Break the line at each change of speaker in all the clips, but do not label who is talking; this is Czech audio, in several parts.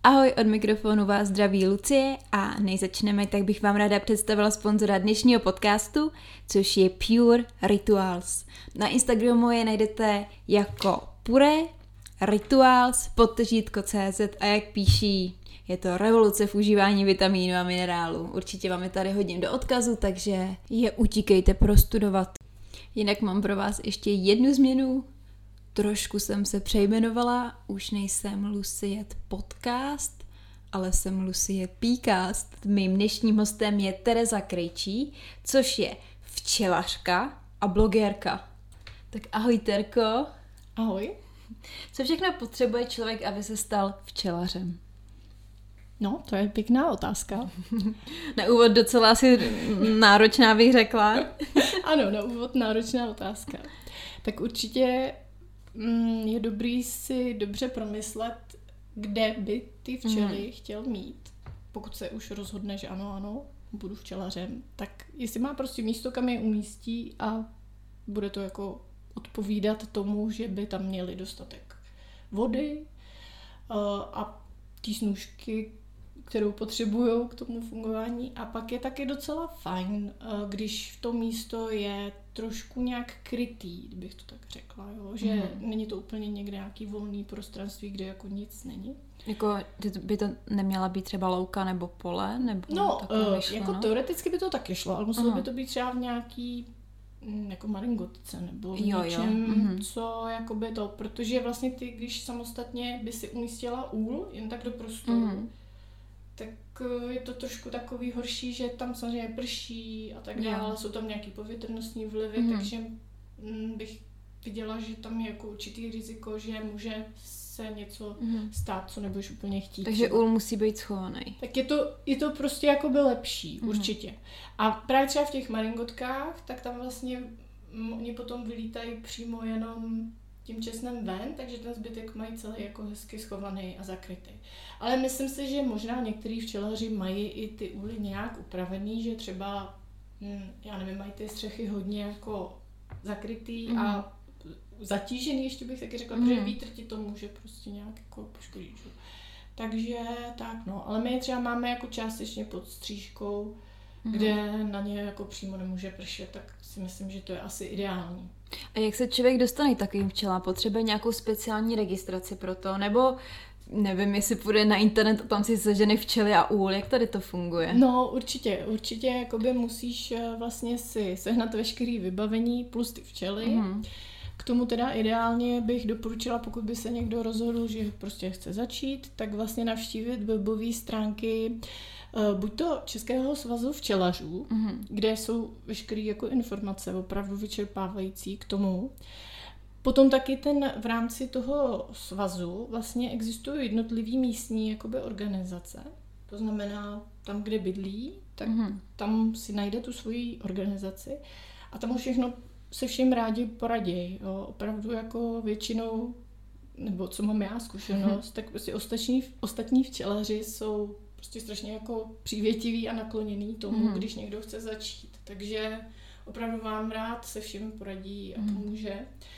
Ahoj, od mikrofonu vás zdraví Lucie a než začneme, tak bych vám ráda představila sponzora dnešního podcastu, což je Pure Rituals. Na Instagramu je najdete jako Pure Rituals _CZ a jak píší, je to revoluce v užívání vitamínů a minerálů. Určitě vám je tady hodím do odkazu, takže je utíkejte prostudovat. Jinak mám pro vás ještě jednu změnu. Trošku jsem se přejmenovala, už nejsem Lucie Podcast, ale jsem Lucie Pcast. Mým dnešním hostem je Tereza Krejčí, což je včelařka a blogerka. Tak ahoj Terko.
Ahoj.
Co všechno potřebuje člověk, aby se stal včelařem?
No, to je pěkná otázka.
Na úvod docela asi náročná, bych řekla.
Ano, na úvod náročná otázka. Tak určitě je dobrý si dobře promyslet, kde by ty včely chtěl mít. Pokud se už rozhodne, že ano, budu včelařem, tak jestli má prostě místo, kam je umístí a bude to jako odpovídat tomu, že by tam měli dostatek vody a ty snůžky, kterou potřebujou k tomu fungování. A pak je taky docela fajn, když to místo je trošku nějak krytý, kdybych to tak řekla, jo? Že není to úplně někde nějaký volný prostranství, kde jako nic není.
Jako by to neměla být třeba louka nebo pole? Nebo
jako teoreticky by to taky šlo, ale muselo by to být třeba v nějaký jako maringotce nebo v něčem, co jakoby to, protože vlastně ty, když samostatně by si umístila úl jen tak do prostoru, tak je to trošku takový horší, že tam samozřejmě prší a tak dále, jsou tam nějaký povětrnostní vlivy, takže bych viděla, že tam je jako určitý riziko, že může se něco stát, co nebudeš úplně chtít.
Takže úl musí být schovaný.
Tak je to prostě jakoby lepší, určitě. A právě třeba v těch maringotkách, tak tam vlastně oni potom vylítají přímo jenom tím česnem ven, takže ten zbytek mají celý jako hezky schovaný a zakrytý. Ale myslím si, že možná některý včelaři mají i ty úly nějak upravený, že třeba, já nevím, mají ty střechy hodně jako zakrytý a zatížený, ještě bych taky řekla, protože vítr ti to může prostě nějak jako poškodit. Takže tak no, ale my třeba máme jako částečně pod střížkou, kde na ně jako přímo nemůže pršet, tak si myslím, že to je asi ideální.
A jak se člověk dostane k takovým včelám? Potřebuje nějakou speciální registraci pro to? Nebo nevím, jestli půjde na internet a tam si seženy včely a úl, jak tady to funguje?
No určitě jakoby musíš vlastně si sehnat veškerý vybavení plus ty včely. K tomu teda ideálně bych doporučila, pokud by se někdo rozhodl, že prostě chce začít, tak vlastně navštívit webové stránky buď to Českého svazu včelařů, kde jsou veškeré jako informace opravdu vyčerpávající k tomu. Potom taky v rámci toho svazu vlastně existují jednotlivý místní jakoby organizace. To znamená, tam, kde bydlí, tak tam si najde tu svoji organizaci a tam už všechno se všem rádi poradějí. Opravdu jako většinou, nebo co mám já zkušenost, tak prostě ostatní včelaři jsou prostě strašně jako přívětiví a nakloněný tomu, když někdo chce začít. Takže opravdu vám rád se všem poradí a pomůže.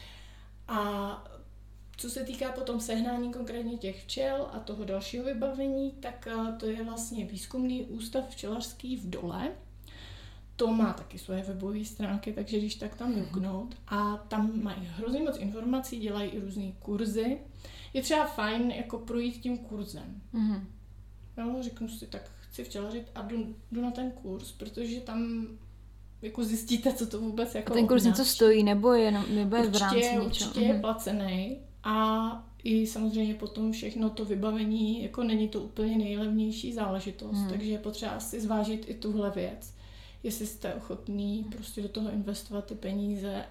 A co se týká potom sehnání konkrétně těch včel a toho dalšího vybavení, tak to je vlastně výzkumný ústav včelařský v Dole. To má taky svoje webové stránky, takže když tak tam juknout. A tam mají hrozně moc informací, dělají i různý kurzy. Je třeba fajn jako projít tím kurzem. No, řeknu si, tak chci včelařit a jdu na ten kurz, protože tam jako zjistíte, co to vůbec jako
a ten kurz něco stojí, nebo je v rámci něčeho?
Určitě je placený a i samozřejmě potom všechno to vybavení, jako není to úplně nejlevnější záležitost, takže je potřeba si zvážit i tuhle věc, jestli jste ochotný prostě do toho investovat ty peníze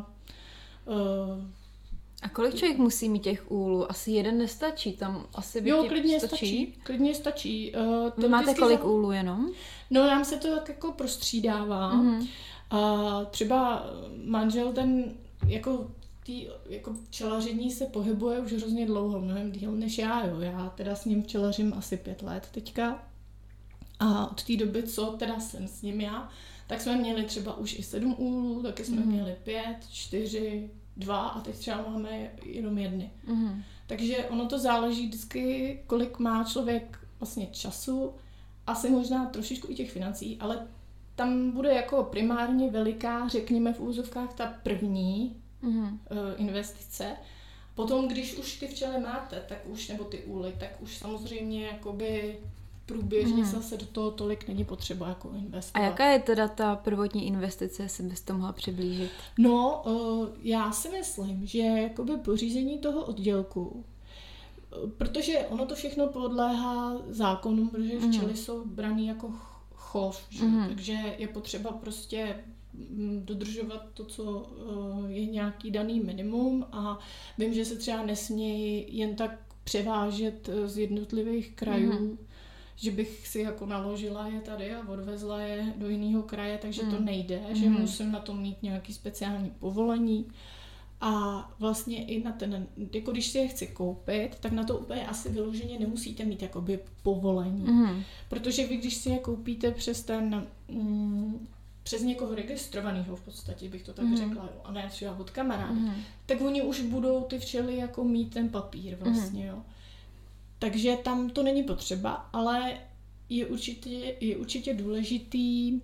A kolik člověk musí mít těch úlů? Asi jeden nestačí, tam asi by
klidně stačí.
Vy máte kolik úlů jenom?
No, nám se to tak jako prostřídává. Třeba manžel ten jako včelaření se pohybuje už hrozně dlouho, mnohem díl než já. Já teda s ním včelařím asi 5 let teďka. A od té doby, co teda jsem s ním já, tak jsme měli třeba už i 7 úlů, taky jsme měli 5, 4, 2 a teď třeba máme jenom jedny. Takže ono to záleží vždycky, kolik má člověk vlastně času, asi možná trošičku i těch financí, ale tam bude jako primárně veliká, řekněme v úzovkách, ta první investice. Potom, když už ty včely máte, tak už, nebo ty úly, tak už samozřejmě jakoby průběžně zase do toho tolik není potřeba jako investovat.
A jaká je teda ta prvotní investice, jestli bys to mohla přiblížit?
No, já si myslím, že jakoby pořízení toho oddělku, protože ono to všechno podléhá zákonům, protože včely jsou braný jako chov, že? Takže je potřeba prostě dodržovat to, co je nějaký daný minimum a vím, že se třeba nesmějí jen tak převážet z jednotlivých krajů, že bych si jako naložila je tady a odvezla je do jiného kraje, takže to nejde, že musím na to mít nějaký speciální povolení. A vlastně i na ten, jako když si je chci koupit, tak na to úplně asi vyloženě nemusíte mít jakoby povolení. Protože vy, když si je koupíte přes ten, přes někoho registrovaného v podstatě, bych to tak řekla, jo, a ne třeba od kamaráda, tak oni už budou ty včely jako mít ten papír vlastně, jo. Takže tam to není potřeba, ale je určitě důležitý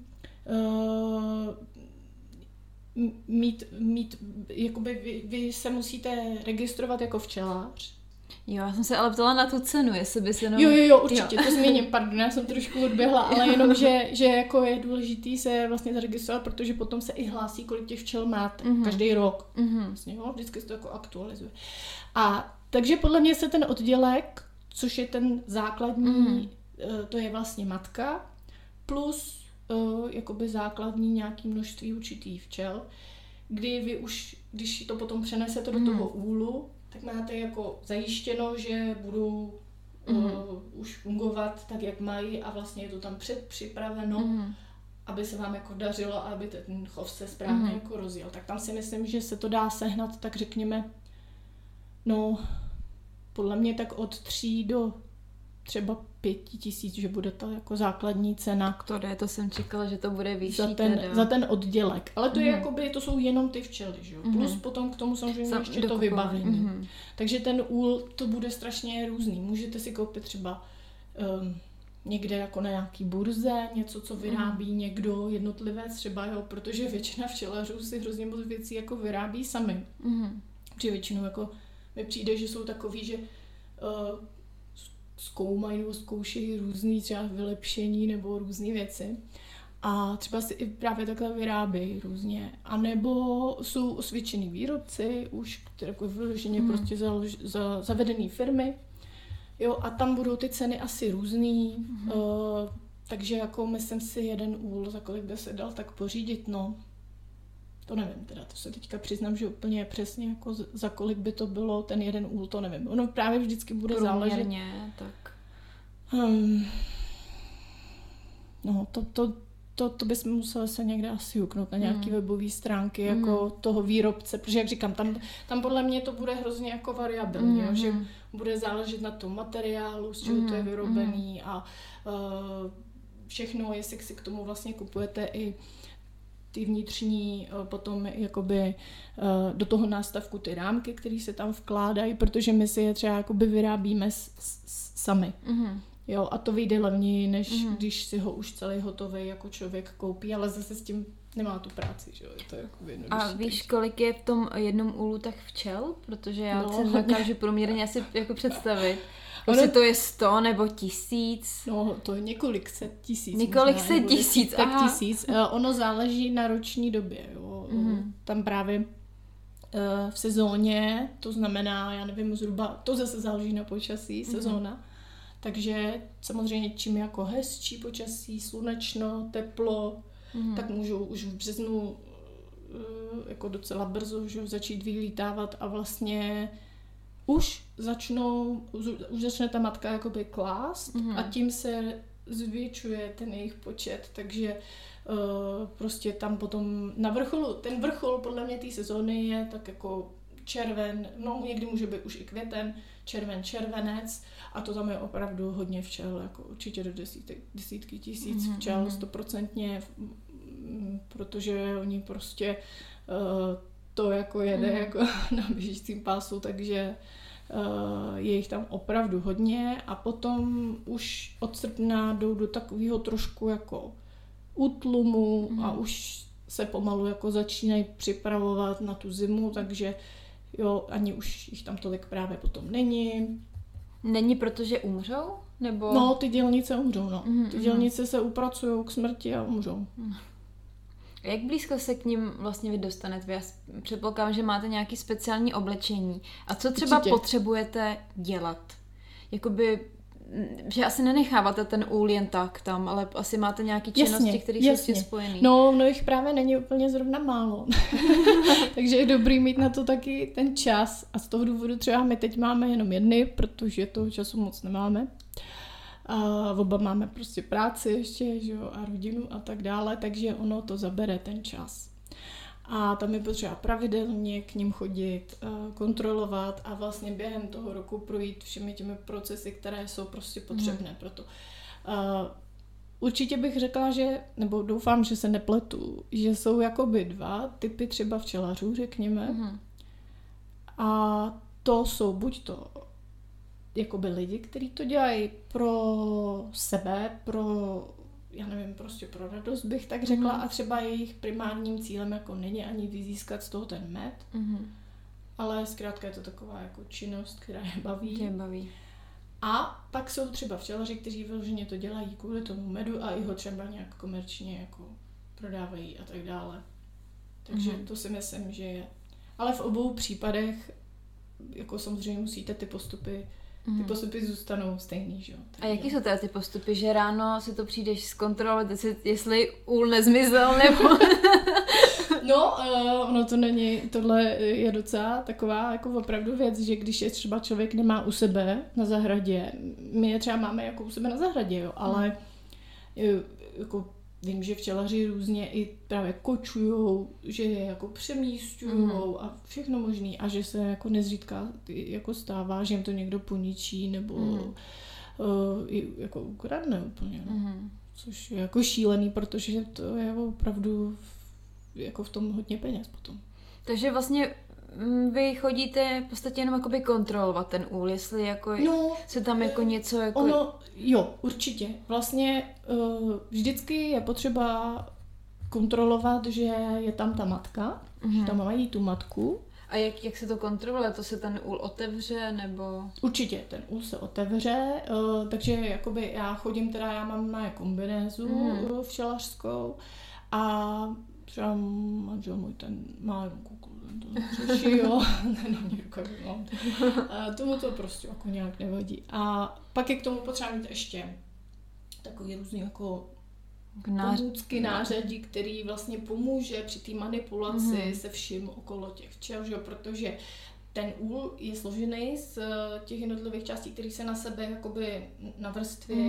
mít jakoby vy se musíte registrovat jako včelař.
Jo, já jsem se ale ptala na tu cenu, jestli by se jenom...
Jo, určitě, to zmíním, pardon, já jsem trošku odběhla, ale jenom, že jako je důležitý se vlastně zaregistrovat, protože potom se i hlásí, kolik těch včel máte, každý rok. Vlastně, jo, vždycky se to jako aktualizuje. A takže podle mě se ten oddělek, což je ten základní, to je vlastně matka, plus jakoby základní nějaký množství určitých včel, kdy vy už, když to potom přenesete do toho úlu, tak máte jako zajištěno, že budou už fungovat tak, jak mají a vlastně je to tam předpřipraveno, aby se vám jako dařilo a aby ten chov se správně jako rozjel. Tak tam si myslím, že se to dá sehnat, tak řekněme, no podle mě tak od 3 do třeba 5 000, že bude to jako základní cena.
To jsem čekala, že to bude vyšší
za ten oddělek. Ale to je jakoby, to jsou jenom ty včely, že jo? Plus potom k tomu samozřejmě ještě to vybavení. Takže ten úl, to bude strašně různý. Můžete si koupit třeba někde jako na nějaký burze, něco, co vyrábí někdo jednotlivec třeba, jo? Protože většina včelařů si hrozně moc věcí jako vyrábí sami. Protože většinou jako mi přijde, že jsou takový, že zkoumají nebo zkoušejí různý třeba vylepšení nebo různé věci. A třeba si i právě takhle vyrábějí různě. A nebo jsou osvědčený výrobci, už které jako vyloženě prostě zavedený firmy. Jo, a tam budou ty ceny asi různý. Takže jako myslím si jeden úl, za kolik by se dal tak pořídit, no. To nevím teda, to se teďka přiznám, že úplně přesně jako za kolik by to bylo ten jeden úl, to nevím. Ono právě vždycky bude záležet.
Tak.
No, to bychom museli se někde asi huknout na nějaký webové stránky jako toho výrobce, protože jak říkám, tam podle mě to bude hrozně jako variabilní, jo, že bude záležet na tom materiálu, z čeho to je vyrobený a všechno, jestli si k tomu vlastně kupujete i ty vnitřní potom jakoby do toho nástavku ty rámky, které se tam vkládají, protože my si je třeba jakoby vyrábíme sami. Jo, a to vyjde levněji, než když si ho už celý hotový jako člověk koupí, ale zase s tím nemá tu práci, že jo, je to jako jednodušší.
A víš, kolik je v tom jednom úlu tak včel? Protože já si dokážu průměrně asi jako představit. Jestli to je 100 nebo 1000?
No, to je několik set tisíc.
Několik set tisíc,
tak 1000. Ono záleží na roční době, jo. Tam právě v sezóně, to znamená, já nevím, zhruba, to zase záleží na počasí, sezóna. Takže samozřejmě čím jako hezčí počasí, slunečno, teplo, tak můžou už v březnu jako docela brzo začít vylítávat a vlastně už začne ta matka jakoby klást a tím se zvětšuje ten jejich počet, takže prostě tam potom na vrcholu, ten vrchol podle mě té sezóny je tak jako červen, no někdy může být už i květen, červenec a to tam je opravdu hodně včel, jako určitě do desítky tisíc včel, 100%, protože oni prostě to jako jede jako na běžícím pásu, takže je jich tam opravdu hodně a potom už od srpna jdou do takového trošku jako útlumu a už se pomalu jako začínají připravovat na tu zimu, takže jo, ani už jich tam tolik právě potom není.
Není, protože umřou? Nebo...
No, ty dělnice umřou, no. Ty dělnice se upracují k smrti a umřou.
A jak blízko se k ním vlastně vy dostanete? Já předpokládám, že máte nějaké speciální oblečení. A co třeba potřebujete dělat? Jakoby, že asi nenecháváte ten úl jen tak tam, ale asi máte nějaké činnosti, které jsou s tím spojené.
No jich právě není úplně zrovna málo. Takže je dobrý mít na to taky ten čas. A z toho důvodu třeba my teď máme jenom jedny, protože toho času moc nemáme. A oba máme prostě práci ještě, že jo, a rodinu a tak dále, takže ono to zabere ten čas. A tam je potřeba pravidelně k ním chodit, kontrolovat a vlastně během toho roku projít všemi těmi procesy, které jsou prostě potřebné pro to. Určitě bych řekla, že, nebo doufám, že se nepletu, že jsou jakoby dva typy třeba včelařů, řekněme. A to jsou buď to jakoby lidi, kteří to dělají pro sebe, já nevím, prostě pro radost bych tak řekla a třeba jejich primárním cílem jako není ani vyzískat z toho ten med, ale zkrátka je to taková jako činnost, která je baví. A pak jsou třeba včelaři, kteří vyloženě to dělají kvůli tomu medu a i ho třeba nějak komerčně jako prodávají a tak dále. Takže to si myslím, že je. Ale v obou případech jako samozřejmě musíte ty postupy zůstanou stejný, že jo.
A jaký jsou teda ty postupy, že ráno si to přijdeš zkontrolovat, jestli úl nezmizel, nebo...
No, ono to není, tohle je docela taková jako opravdu věc, že když je třeba člověk nemá u sebe na zahradě, my je třeba máme jako u sebe na zahradě, jo, ale jako vím, že včelaři různě i právě kočujou, že je jako přemísťujou a všechno možný a že se jako nezřídka jako stává, že jim to někdo poničí nebo jako ukradne úplně, no. Což je jako šílený, protože to je tam jako v tom hodně peněz potom.
Takže vlastně vy chodíte v podstatě jenom jakoby kontrolovat ten úl, jestli jako se tam jako něco jako...
Ono, jo, určitě. Vlastně vždycky je potřeba kontrolovat, že je tam ta matka, že tam mají tu matku.
A jak se to kontroluje? To se ten úl otevře, nebo...
Určitě, ten úl se otevře, takže jakoby já mám na kombinézu včelařskou a třeba manžel můj ten má jenom kuklu, ten to řeší, jo, na mě rukavu mám. Tomu to prostě jako nějak nevadí. A pak je k tomu potřeba mít ještě takový různý jako pomůcky, nářadí, který vlastně pomůže při té manipulaci se vším okolo těch včel, že jo, protože ten úl je složený z těch jednotlivých částí, které se na sebe jakoby navrství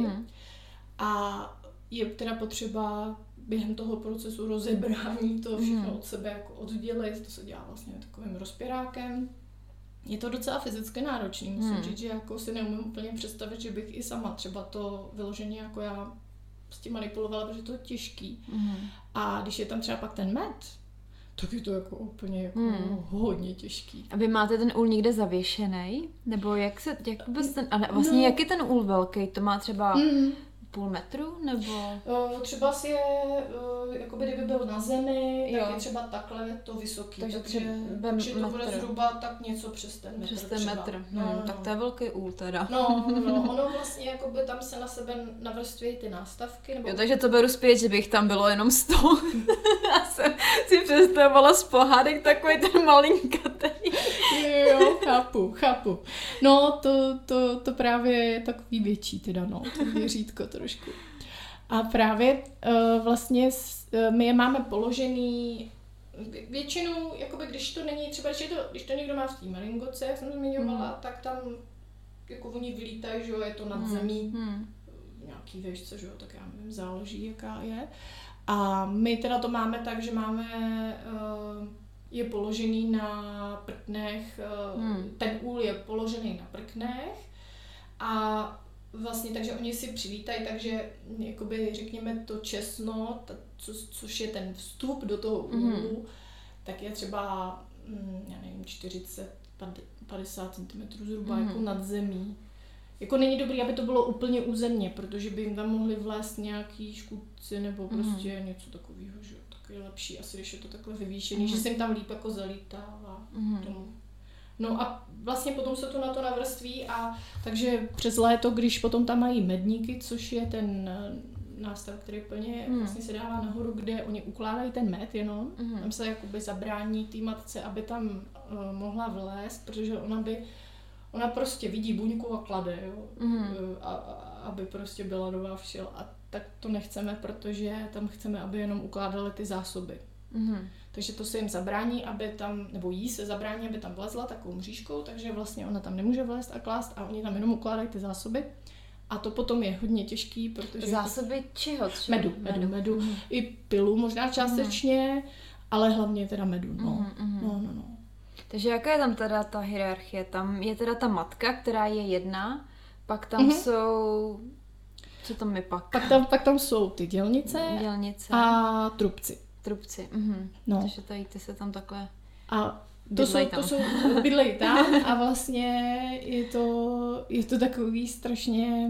a je teda potřeba během toho procesu rozebrání to všechno od sebe jako oddělit, to se dělá vlastně takovým rozpěrákem. Je to docela fyzicky náročný, musím říct, že jako si neumím úplně představit, že bych i sama třeba to vyloženě jako já s tím manipulovala, protože to je těžký. A když je tam třeba pak ten med, tak je to jako úplně jako hodně těžký.
A vy máte ten úl někde zavěšený? Nebo jak je ten úl velký? To má třeba půl metru, nebo?
Třeba si je, jakoby kdyby byl na zemi, tak je třeba takhle to vysoký. Takže to bude zhruba tak něco přes ten metr.
Přes ten metr. Tak to je velký úl teda.
Ono vlastně jakoby tam se na sebe navrství ty nástavky. Nebo...
Jo, takže to beru zpět, že bych tam bylo jenom 100. Já jsem si představovala z pohádek takový ten malinkatý.
Jo, chápu. No, to právě je takový větší teda, no, to je řídko trošku. A právě vlastně my je máme položený většinou, jakoby když to není, třeba když to někdo má v té maringoce, jak jsem zmiňovala, tak tam jako oni vylítají, že jo, je to nad zemí, nějaký výšce, že jo, tak já nevím, záleží, jaká je. A my teda to máme tak, že máme je položený na prknech, ten úl je položený na prknech a vlastně takže oni si přivítají, takže jakoby řekněme to česno, což je ten vstup do toho úlu, tak je třeba já nevím, 40-50 cm zhruba jako nad zemí. Jako není dobrý, aby to bylo úplně u země, protože by jim tam mohli vlézt nějaký škůdci nebo prostě něco takového, že tak je lepší asi, když je to takhle vyvýšený, že se jim tam líp jako zalítává tomu. No a vlastně potom se to na to navrství a takže přes léto, když potom tam mají medníky, což je ten nástroj, který plně vlastně se dává nahoru, kde oni ukládají ten med jenom, tam se jakoby zabrání té matce, aby tam mohla vlézt, protože ona prostě vidí buňku a klade, jo, aby prostě byla nová včela a tak to nechceme, protože tam chceme, aby jenom ukládaly ty zásoby. Takže to se jim zabrání, aby tam, nebo jí se zabrání, aby tam vlezla takovou mřížkou, takže vlastně ona tam nemůže vlézt a klást a oni tam jenom ukládají ty zásoby. A to potom je hodně těžký, protože...
Zásoby čeho?
Medu. I pilu možná částečně, ale hlavně teda medu, no.
Takže jaká je tam teda ta hierarchie? Tam je teda ta matka, která je jedna, pak tam jsou... Co tam je pak?
Pak tam jsou ty dělnice a trubci.
No. Takže tady ty se tam takhle
a to jsou bydlejí tam a vlastně je to takový strašně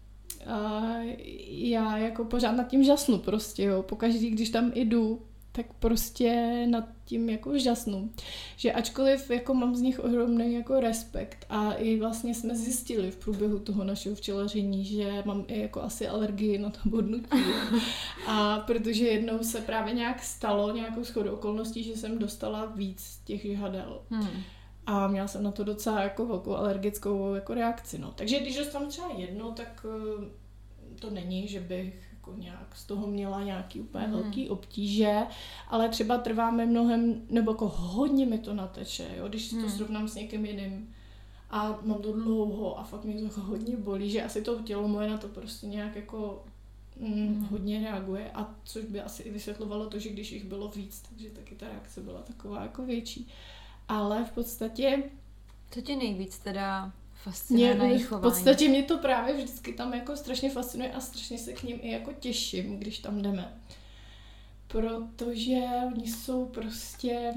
já jako pořád nad tím žasnu prostě, jo. Pokaždý, když tam jdu, tak prostě nad tím jako žasnu. Že ačkoliv jako mám z nich ohromný jako respekt a i vlastně jsme zjistili v průběhu toho našeho včelaření, že mám i jako asi alergii na to bodnutí. A protože jednou se právě nějak stalo, nějakou shodou okolností, že jsem dostala víc těch žihadel. A měla jsem na to docela jako velkou alergickou jako reakci. No. Takže když dostanu třeba jedno, tak to není, že bych jako nějak z toho měla nějaký úplně velký obtíže, ale třeba trváme mnohem, nebo jako hodně mi to nateče, jo, když si to srovnám s někým jiným a mám to dlouho a fakt mě to jako hodně bolí, že asi to tělo moje na to prostě nějak jako hodně reaguje a což by asi i vysvětlovalo to, že když jich bylo víc, takže taky ta reakce byla taková jako větší. Ale v podstatě...
Co tě nejvíc teda fascinuje na jejich chování?
V podstatě mě to právě vždycky tam jako strašně fascinuje a strašně se k ním i jako těším, když tam jdeme. Protože oni jsou prostě...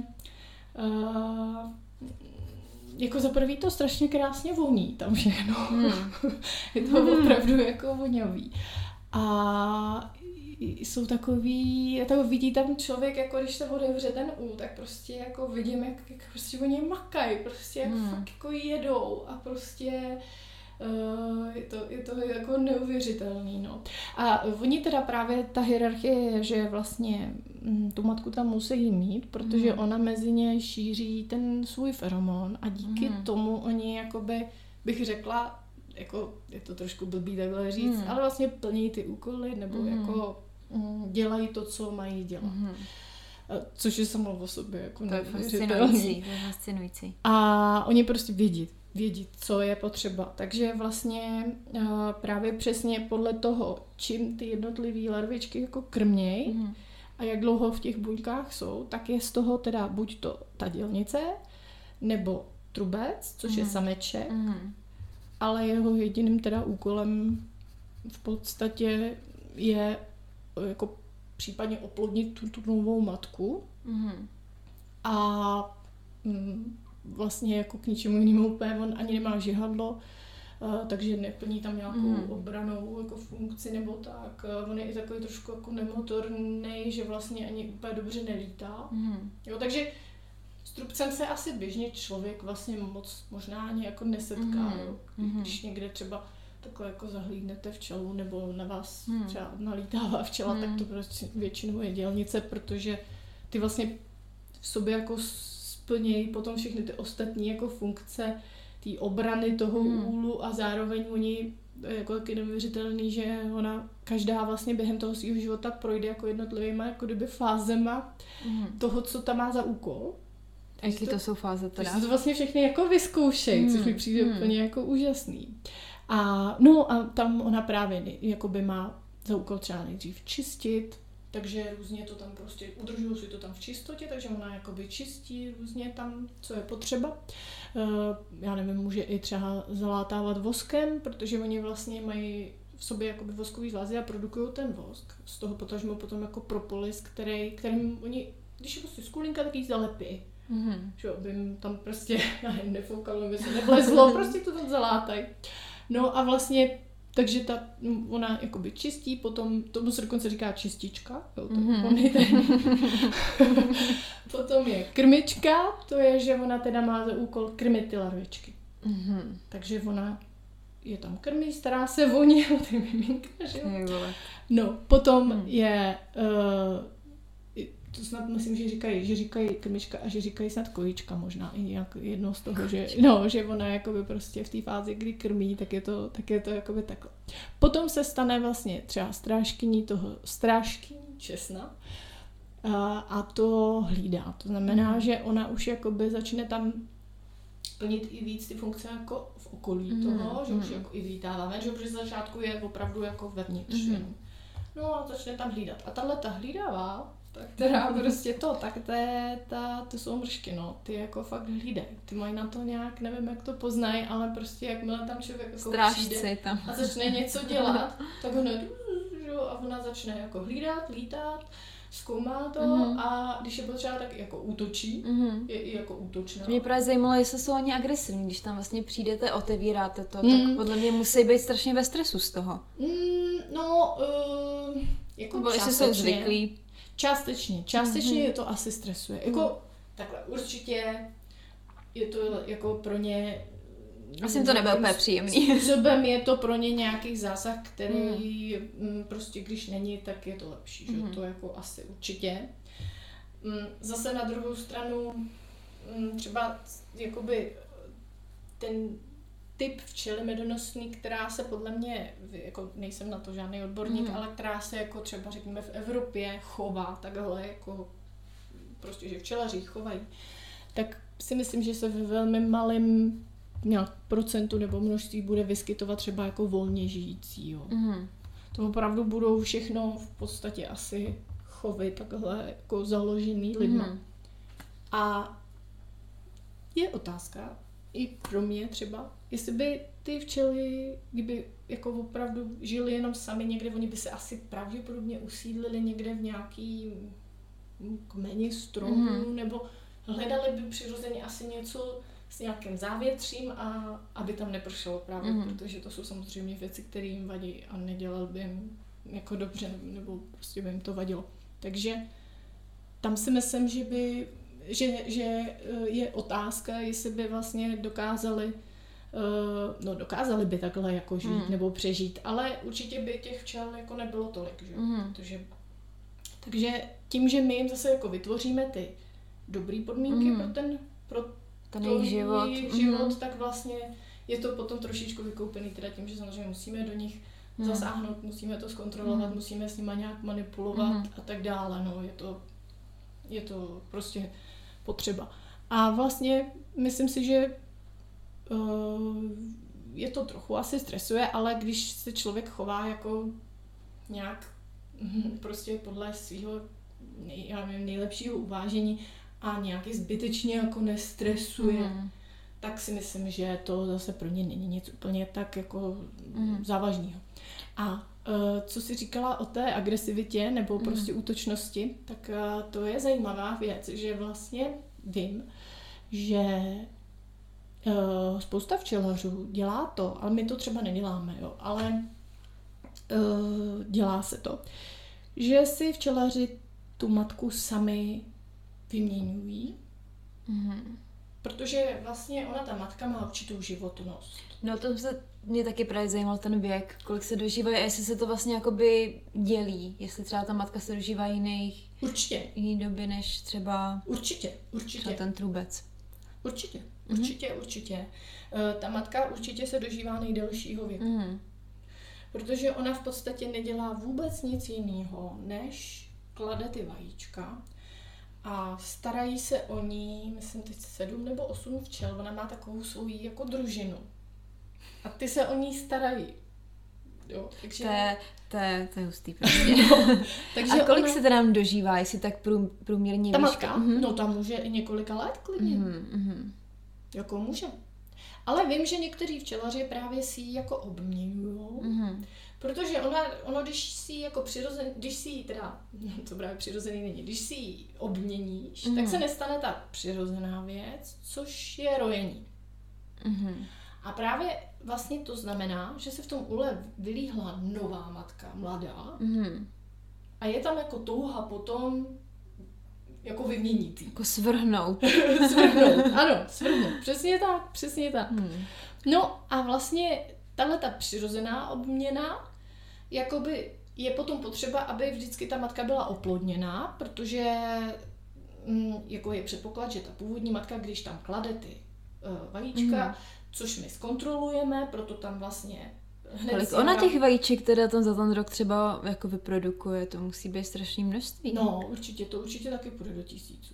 jako za prvý to strašně krásně voní tam všechno. Je to opravdu jako voňavý. A jsou takový, tak vidí tam člověk, jako když se otevře ten tak prostě jako vidím, jak prostě oni makají, prostě jak fakt jako jedou a prostě je to jako neuvěřitelný, no. A oni teda právě, ta hierarchie je, že vlastně tu matku tam musí mít, protože ona mezi ně šíří ten svůj feromon a díky tomu oni jakoby, bych řekla, jako je to trošku blbý takhle říct, ale vlastně plní ty úkoly nebo jako dělají to, co mají dělat. Což je samo o sobě jako
neuvěřitelný. To je fascinující.
A oni prostě vědí, co je potřeba. Takže vlastně právě přesně podle toho, čím ty jednotlivé larvičky jako krmějí a jak dlouho v těch buňkách jsou, tak je z toho teda buď to ta dělnice, nebo trubec, což je sameček, ale jeho jediným teda úkolem v podstatě je jako případně oplodnit tu novou matku a vlastně jako k ničemu jinému úplně on ani nemá žihadlo, takže neplní tam nějakou obranou jako funkci nebo tak. On je i takový trošku jako nemotorný, že vlastně ani úplně dobře nelítá. Jo, takže s trubcem se asi běžně člověk vlastně moc možná ani jako nesetká, když někde třeba takhle jako zahlídnete včelu nebo na vás třeba nalítává včela, tak to prostě většinou je dělnice, protože ty vlastně v sobě jako splnějí potom všechny ty ostatní jako funkce té obrany toho úlu a zároveň oni jako taky neuvěřitelný, že ona každá vlastně během toho svého života projde jako jednotlivýma jako kdyby fázema toho, co tam má za úkol.
A jaký to jsou fáze teda?
Takže to vlastně všechny jako vyzkoušejí, což mi přijde úplně jako úžasný. A tam ona právě jakoby má za úkol třeba nejdřív čistit, takže různě to tam prostě udržují si to tam v čistotě, takže ona jakoby čistí různě tam, co je potřeba. Já nevím, může i třeba zalátávat voskem, protože oni vlastně mají v sobě jakoby voskový zlazy a produkují ten vosk. Z toho potažmo potom jako propolis, kterým oni, když je prostě skulinka, tak jí zalepí. Že by jim tam prostě nefoukalo, by se nevlezlo, prostě to tam zalátají. No a vlastně, takže ona jakoby čistí, potom, tomu se dokonce říká čistička, jo, to Potom je krmička, to je, že ona teda má za úkol krmit ty larvičky. Takže ona je tam krmí, stará se o ně, o ty miminka, že jo. No, potom je, to snad myslím, že říkají krmička a že říkají snad kojička možná i nějak jedno z toho, že ona jakoby prostě v té fázi, kdy krmí, tak je to jakoby takhle. Potom se stane vlastně třeba strážkyní česna a to hlídá. To znamená, že ona už jakoby začne tam plnit i víc ty funkce jako v okolí toho, že už jako i vylítáváme, že protože začátku je opravdu jako vevnitř. No a začne tam hlídat. A tahleta hlídavá, která prostě to jsou mršky, no. Ty jako fakt hlídají. Ty mají na to nějak, nevím, jak to poznají, ale prostě jakmile tam člověk jako přijde
tam.
A začne něco dělat, tak hned a ona začne jako hlídat, lítat, zkoumá to a když je potřeba, tak jako útočí, je i jako útočná.
Mě právě zajímalo, jestli jsou oni agresivní, když tam vlastně přijdete, otevíráte to, tak podle mě musí být strašně ve stresu z toho.
Jako
nebo jestli jsou zvyklí.
Částečně je to asi stresuje. Jako takhle, určitě je to jako pro ně...
Asi jim to nebyl úplně příjemný.
Způsobem je to pro ně nějaký zásah, který prostě když není, tak je to lepší. Že? To jako asi určitě. Zase na druhou stranu třeba jakoby ten typ včely medonosný, která se podle mě, jako nejsem na to žádný odborník, ale která se jako třeba řekněme v Evropě chová takhle jako prostě, že včelaři chovají, tak si myslím, že se ve velmi malém nějak procentu nebo množství bude vyskytovat třeba jako volně žijící. Jo. To opravdu budou všechno v podstatě asi chovy takhle jako založený lidma. A je otázka i pro mě třeba, jestli by ty včely, kdyby jako opravdu žili jenom sami někde, oni by se asi pravděpodobně usídlili někde v nějaký kmeni stromů, nebo hledali by přirozeně asi něco s nějakým závětřím a aby tam nepršelo právě, protože to jsou samozřejmě věci, které jim vadí a nedělal by jim jako dobře, nebo prostě by jim to vadilo. Takže tam si myslím, že je otázka, jestli by vlastně dokázali by takhle jako žít nebo přežít, ale určitě by těch včel jako nebylo tolik, že? Takže tím, že my jim zase jako vytvoříme ty dobrý podmínky pro ten jejich život, tak vlastně je to potom trošičku vykoupený teda tím, že samozřejmě musíme do nich zasáhnout, musíme to zkontrolovat, musíme s nima nějak manipulovat a tak dále, no, je to prostě potřeba. A vlastně myslím si, že je to trochu asi stresuje, ale když se člověk chová jako nějak prostě podle svého nejlepšího uvážení a nějaký zbytečně jako nestresuje, tak si myslím, že to zase pro ně není nic úplně tak jako závažného. A co jsi říkala o té agresivitě nebo prostě útočnosti, tak to je zajímavá věc, že vlastně vím, že spousta včelařů dělá to, ale my to třeba neděláme, jo, ale dělá se to, že si včelaři tu matku sami vyměňují, protože vlastně ona, ta matka, má určitou životnost.
No to mě taky právě zajímal ten věk, kolik se dožívají a jestli se to vlastně jakoby dělí, jestli třeba ta matka se dožívá jiný doby než třeba
Určitě.
Třeba ten trubec.
Určitě. Ta matka určitě se dožívá nejdelšího věku. Protože ona v podstatě nedělá vůbec nic jiného, než klade ty vajíčka a starají se o ní, myslím teď 7 nebo 8 včel, ona má takovou svou jako družinu. A ty se o ní starají. Jo, takže...
To je hustý prostě. No, takže a kolik se teda dožívá, jestli tak průměrně
ta matka? No tam může i několika let klidně. Jako může. Ale vím, že někteří včelaři právě si ji jako obměňujou. Protože ono když si jako přirozený, když si teda, to právě přirozený není, když si ji obměníš, tak se nestane ta přirozená věc, což je rojení. A právě vlastně to znamená, že se v tom úle vylíhla nová matka, mladá, a je tam jako touha potom jako vyměnit.
Jako svrhnout.
Svrhnout. Přesně tak. No a vlastně tahleta přirozená obměna, jakoby je potom potřeba, aby vždycky ta matka byla oplodněná, protože jako je předpoklad, že ta původní matka, když tam klade ty vajíčka, což my zkontrolujeme, proto tam vlastně hned
kolik ona těch vajíček teda tam za ten rok třeba jako vyprodukuje, to musí být strašné množství.
No, určitě, to určitě taky půjde do 1000.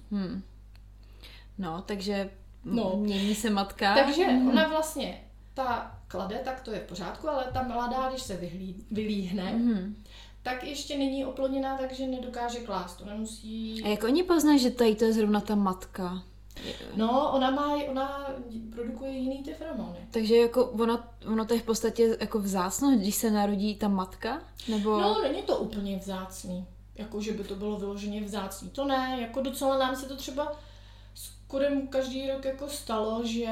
No, takže mění se matka.
Takže ona vlastně, ta klade, tak to je v pořádku, ale ta mladá, když se vylíhne, tak ještě není oplodněná, takže nedokáže klást, ona musí...
A jak oni poznají, že tady to je zrovna ta matka?
No, ona produkuje jiný ty feromony.
Takže jako ono to je v podstatě jako vzácnost, když se narodí ta matka? Nebo...
No, není to úplně vzácný. Jako, že by to bylo vyloženě vzácný. To ne, jako docela nám se to třeba skoro každý rok jako stalo, že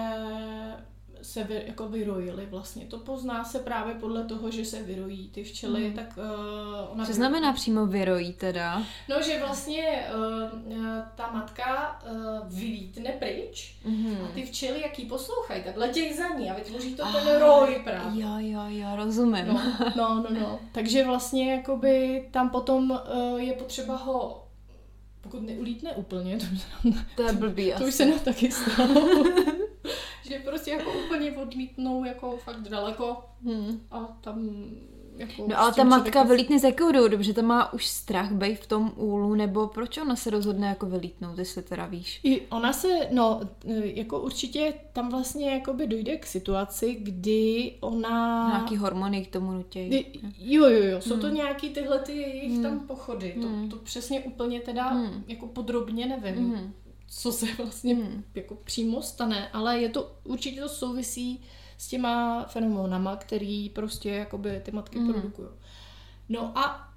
se jako vyrojily vlastně. To pozná se právě podle toho, že se vyrojí ty včely, tak ona...
Co znamená přímo vyrojí teda?
No, že vlastně ta matka vylítne pryč a ty včely, jak jí poslouchají, tak letějí za ní a vytvoří to ten roj právě.
Jo, rozumím.
No. Takže vlastně jakoby tam potom je potřeba ho, pokud neulítne úplně,
to je blbý
to už se nám taky stalo. Že prostě jako úplně odlítnou jako fakt daleko a tam jako...
No ale ta matka vylítne z jakého důvodu? Protože ta má už strach být v tom úlu, nebo proč ona se rozhodne jako vylítnout, jestli teda víš?
Ona se, jako určitě tam vlastně jakoby dojde k situaci, kdy ona...
Nějaký hormony k tomu nutějí.
Jo, jsou to nějaký tyhle ty jejich tam pochody. To přesně úplně teda jako podrobně nevím. Co se vlastně jako přímo stane, ale určitě to souvisí s těma feromonama, který prostě jakoby ty matky produkují. No a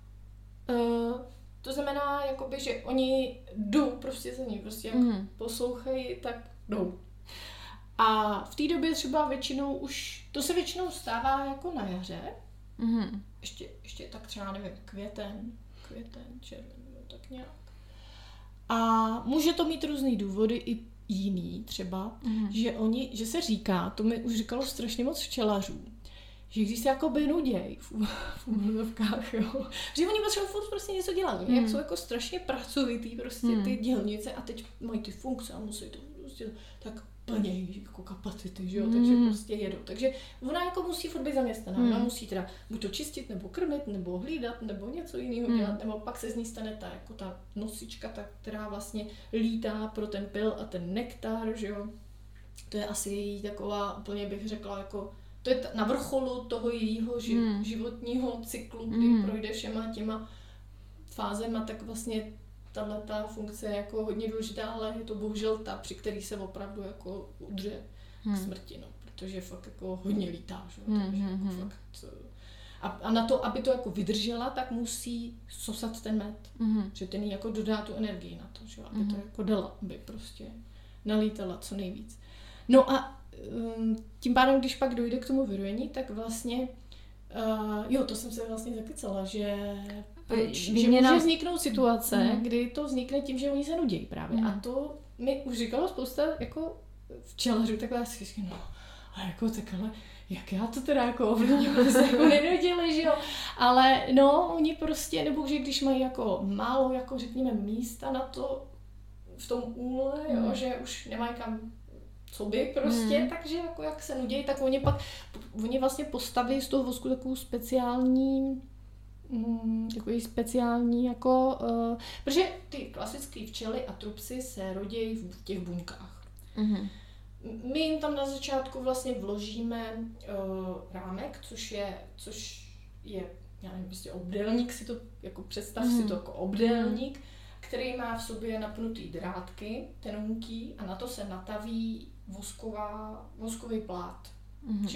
to znamená, jakoby, že oni jdou prostě za ní, prostě jak poslouchají, tak jdou. A v té době třeba to se většinou stává jako na jaře, ještě tak třeba, nevím, květen, červen, tak nějak. A může to mít různý důvody i jiný třeba, že se říká, to mi už říkalo strašně moc včelařů, že když se jakoby nuděj v úvodovkách, jo, že oni potřebují furt prostě něco dělat, jak jsou jako strašně pracovitý prostě ty dělnice a teď mají ty funkce a musí to prostě tak plnějí jako kapacity, že jo, takže prostě jedou. Takže ona jako musí furt být zaměstnaná, ona musí teda buď to čistit, nebo krmit, nebo hlídat, nebo něco jiného dělat, nebo pak se z ní stane ta nosička, která vlastně lítá pro ten pyl a ten nektar, že jo. To je asi její taková, úplně bych řekla, jako to je na vrcholu toho jejího životního cyklu, kdy projde všema těma fázema, tak vlastně tato funkce je jako hodně důležitá, ale je to bohužel ta, při který se opravdu jako udře k smrti, no, protože fakt jako hodně lítá, že? Takže jako fakt, a na to, aby to jako vydržela, tak musí sosat ten med, že ten jí jako dodá tu energii na to, že? Aby to jako dala, aby prostě nalítala co nejvíc. No a tím pádem, když pak dojde k tomu vyrojení, tak vlastně to jsem se vlastně zakecala, že může vzniknout situace, kdy to vznikne tím, že oni se nudějí právě. A to mi už říkalo spousta jako včelařů, takhle asi říkám, a jako takhle, jak já to teda jako ovlivním, se jako nenudili, že jo. Ale oni prostě, nebo že když mají jako málo, jako řekněme, místa na to v tom úle, jo, že už nemají kam co by prostě, takže jako jak se nudějí, tak oni vlastně postaví z toho vosku takovou speciální jako, protože ty klasické včely a trubci se rodí v těch buňkách. My jim tam na začátku vlastně vložíme rámek, což je já nevím, prostě obdélník, si to jako představ si to jako obdélník, který má v sobě napnutý drátky, tenunký, a na to se nataví voskový plát. Čímž jim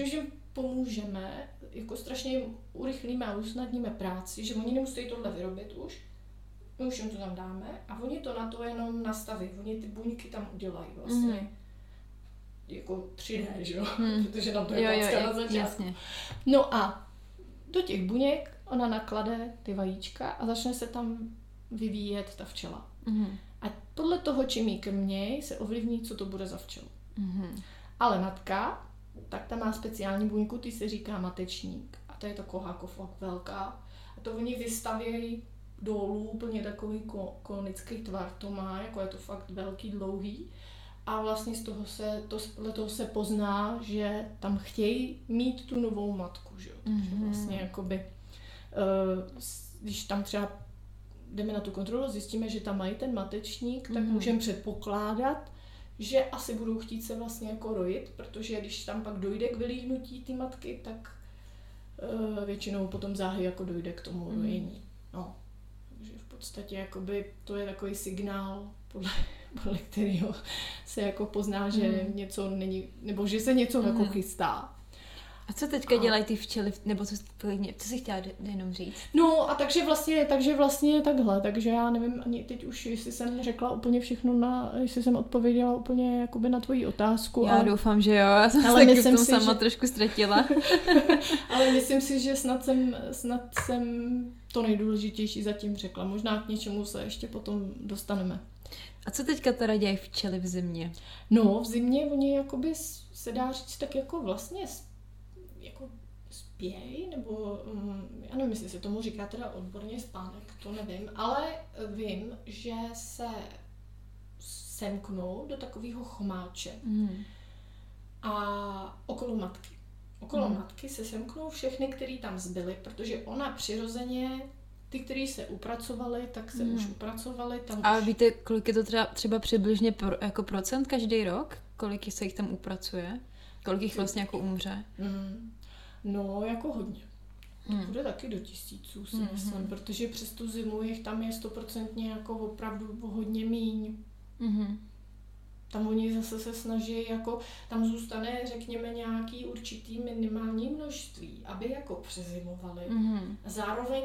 pomůžeme, jako strašně jim urychlíme a usnadníme práci, že oni nemusí tohle vyrobit už, my už jim to tam dáme a oni to na to jenom nastaví, oni ty buňky tam udělají vlastně jako 3D, že jo, protože na to je placka na začátku.
Jasně.
No a do těch buněk ona naklade ty vajíčka a začne se tam vyvíjet ta včela. A podle toho, čím jí krměj, se ovlivní, co to bude za včelu. Ale matka, tak ta má speciální buňku, ty se říká matečník. A to je taková jako fakt velká. A to oni vystavějí dolů, úplně takový konický tvar to má, jako je to fakt velký, dlouhý. A vlastně podle toho se pozná, že tam chtějí mít tu novou matku, že jo. Takže vlastně jakoby, když tam třeba jdeme na tu kontrolu, zjistíme, že tam mají ten matečník, tak můžeme předpokládat, že asi budou chtít se vlastně jako rojit, protože když tam pak dojde k vylíhnutí ty matky, tak většinou potom záhy jako dojde k tomu rojení. No. Takže v podstatě jakoby to je takový signál, podle kterého se jako pozná, že něco není, nebo že se něco jako chystá.
A co teďka dělají ty včely, nebo co jsi chtěla jenom říct?
No a takže vlastně takhle, takže já nevím ani teď už, jestli jsem řekla úplně všechno, jestli jsem odpověděla úplně jakoby na tvoji otázku.
Já doufám, že jo, já jsem se taky v tom sama trošku ztratila.
Ale myslím si, že snad jsem to nejdůležitější zatím řekla, možná k něčemu se ještě potom dostaneme.
A co teďka teda dělají včely v zimě?
No v zimě oni jakoby se dá říct tak jako vlastně jako spěj, nebo já nevím, jestli se tomu říká teda odborně spánek, to nevím, ale vím, že se semknou do takového chomáče a okolo matky. Okolo matky se semknou všechny, který tam zbyly, protože ona přirozeně, ty, který se upracovali, tak se už upracovali. Tam
a víte, kolik je to třeba přibližně jako procent každý rok? Kolik se jich tam upracuje? Kolik jich vlastně jako umře?
No, jako hodně. To bude taky do 1000, si myslím, protože přes tu zimu jich tam je 100% jako opravdu hodně míň. Tam oni zase se snaží, jako tam zůstane, řekněme, nějaký určitý minimální množství, aby jako přezimovali. Zároveň,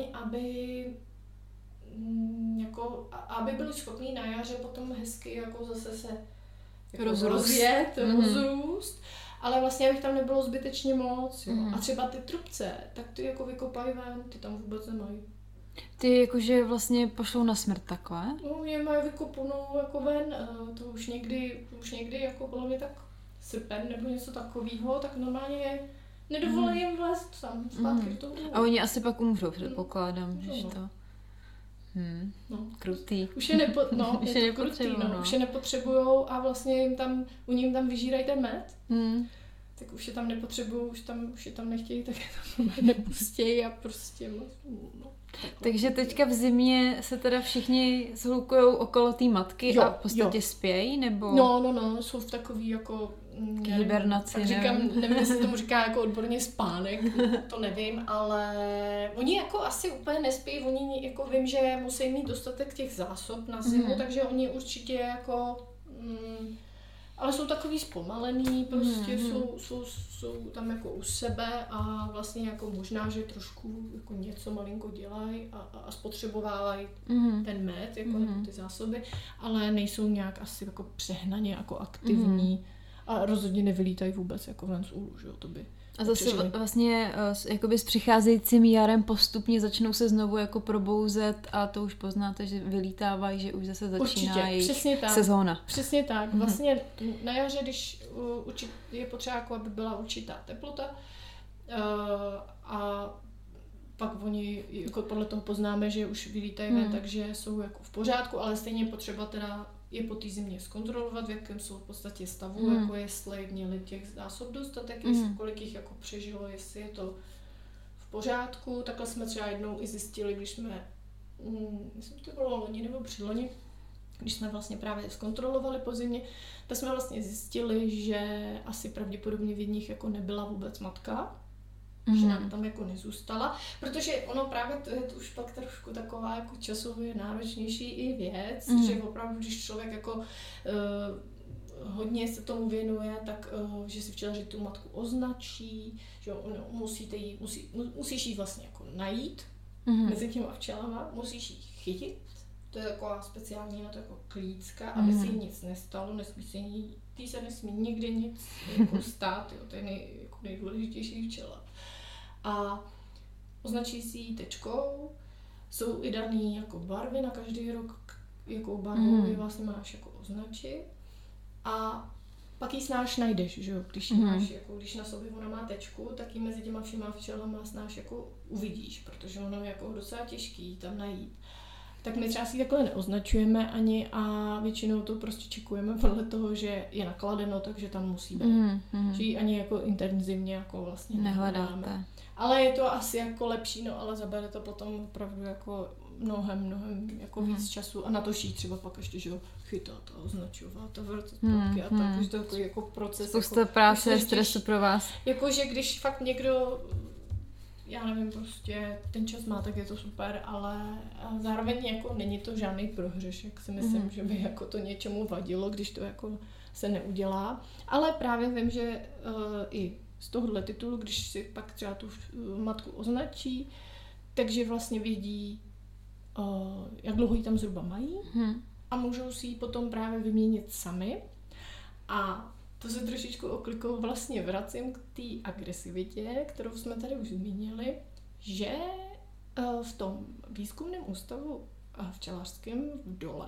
aby byli schopní na jaře potom hezky jako zase se jako rozrůst. Ale vlastně, abych tam nebylo zbytečně moc. Jo. A třeba ty trubce, tak ty jako vykopají ven, ty tam vůbec nemají.
Ty jakože vlastně pošlou na smrt takhle?
No, je mají vykopanou jako ven, to už někdy jako bylo mi tak srpen nebo něco takového, tak normálně nedovolí jim vlézt tam zpátky do toho.
A oni asi pak umřou, předpokládám, že to... Krutý.
Už je nepotřebujou a vlastně oni jim tam vyžírají ten med. Tak už je tam nepotřebují, už je tam nechtějí, tak je tam nepustějí a prostě
Takže teďka v zimě se teda všichni zhlukujou okolo té matky a v podstatě spějí, nebo?
No, jsou v takový jako...
hibernaci,
nevím, jestli tomu říká jako odborně spánek, to nevím, ale oni jako asi úplně nespí, oni jako vím, že musí mít dostatek těch zásob na zimu, takže oni určitě jako... ale jsou takový zpomalený, prostě jsou tam jako u sebe a vlastně jako možná, že trošku jako něco malinko dělají a spotřebovávají ten med, jako ty zásoby, ale nejsou nějak asi jako přehnaně jako aktivní a rozhodně nevylítají vůbec jako ven z úlu, že jo, to by...
A zase vlastně jakoby s přicházejícím jarem postupně začnou se znovu jako probouzet a to už poznáte, že vylítávají, že už zase začíná jejich sezóna.
Přesně tak. Vlastně na jaře, když je potřeba, jako aby byla určitá teplota a pak oni, jako podle toho poznáme, že už vylítají ven, takže jsou jako v pořádku, ale stejně potřeba teda je po té zimě zkontrolovat, v jakém jsou v podstatě stavu, jako jestli měli těch zásob dostatek, jestli kolik jich jako přežilo, jestli je to v pořádku. Takhle jsme třeba jednou i zjistili, když jsme, myslím, to bylo loni nebo předloni, když jsme vlastně právě zkontrolovali po zimě, tak jsme vlastně zjistili, že asi pravděpodobně v jedních jako nebyla vůbec matka, že nám tam jako nezůstala, protože ono právě to je už pak trošku taková jako časově náročnější i věc, že opravdu, když člověk jako hodně se tomu věnuje, tak že si včelaři tu matku označí, že musíš jí vlastně jako najít mezi těma včelama, musíš jí chytit, to je taková speciální na to jako klícka, aby si jí nic nestalo, tý se nesmí nikdy nic jako stát, jo, to je jako nejdůležitější včela. A označí si ji tečkou, jsou i daný jako barvy na každý rok, jakou barvou ji vlastně máš jako označit. A pak ji snáš najdeš, že jo, když máš, jako, když na sobě ona má tečku, tak ji mezi těma všema včelama snáš jako uvidíš, protože ono je jako docela těžký tam najít. Tak my třeba si takhle neoznačujeme ani a většinou to prostě čekujeme podle toho, že je nakladeno, takže tam musí být. Že ji ani jako intenzivně jako vlastně nehledáme. Ale je to asi jako lepší, no ale zabere to potom opravdu jako mnohem jako víc času a na to šít třeba pak ještě, že jo, chytat a označovat a vracet zpátky a tak, že to je takový jako proces.
Spousta
jako,
práce, stresu pro vás.
Jakože když fakt někdo, já nevím, prostě ten čas má, tak je to super, ale zároveň jako není to žádný prohřešek, si myslím, že by jako to něčemu vadilo, když to jako se neudělá. Ale právě vím, že i z tohohle titulu, když si pak třeba tu matku označí, takže vlastně vědí, jak dlouho ji tam zhruba mají a můžou si ji potom právě vyměnit sami. A to se trošičku oklikou vlastně vracím k té agresivitě, kterou jsme tady už zmínili, že v tom výzkumném ústavu včelařském v Dole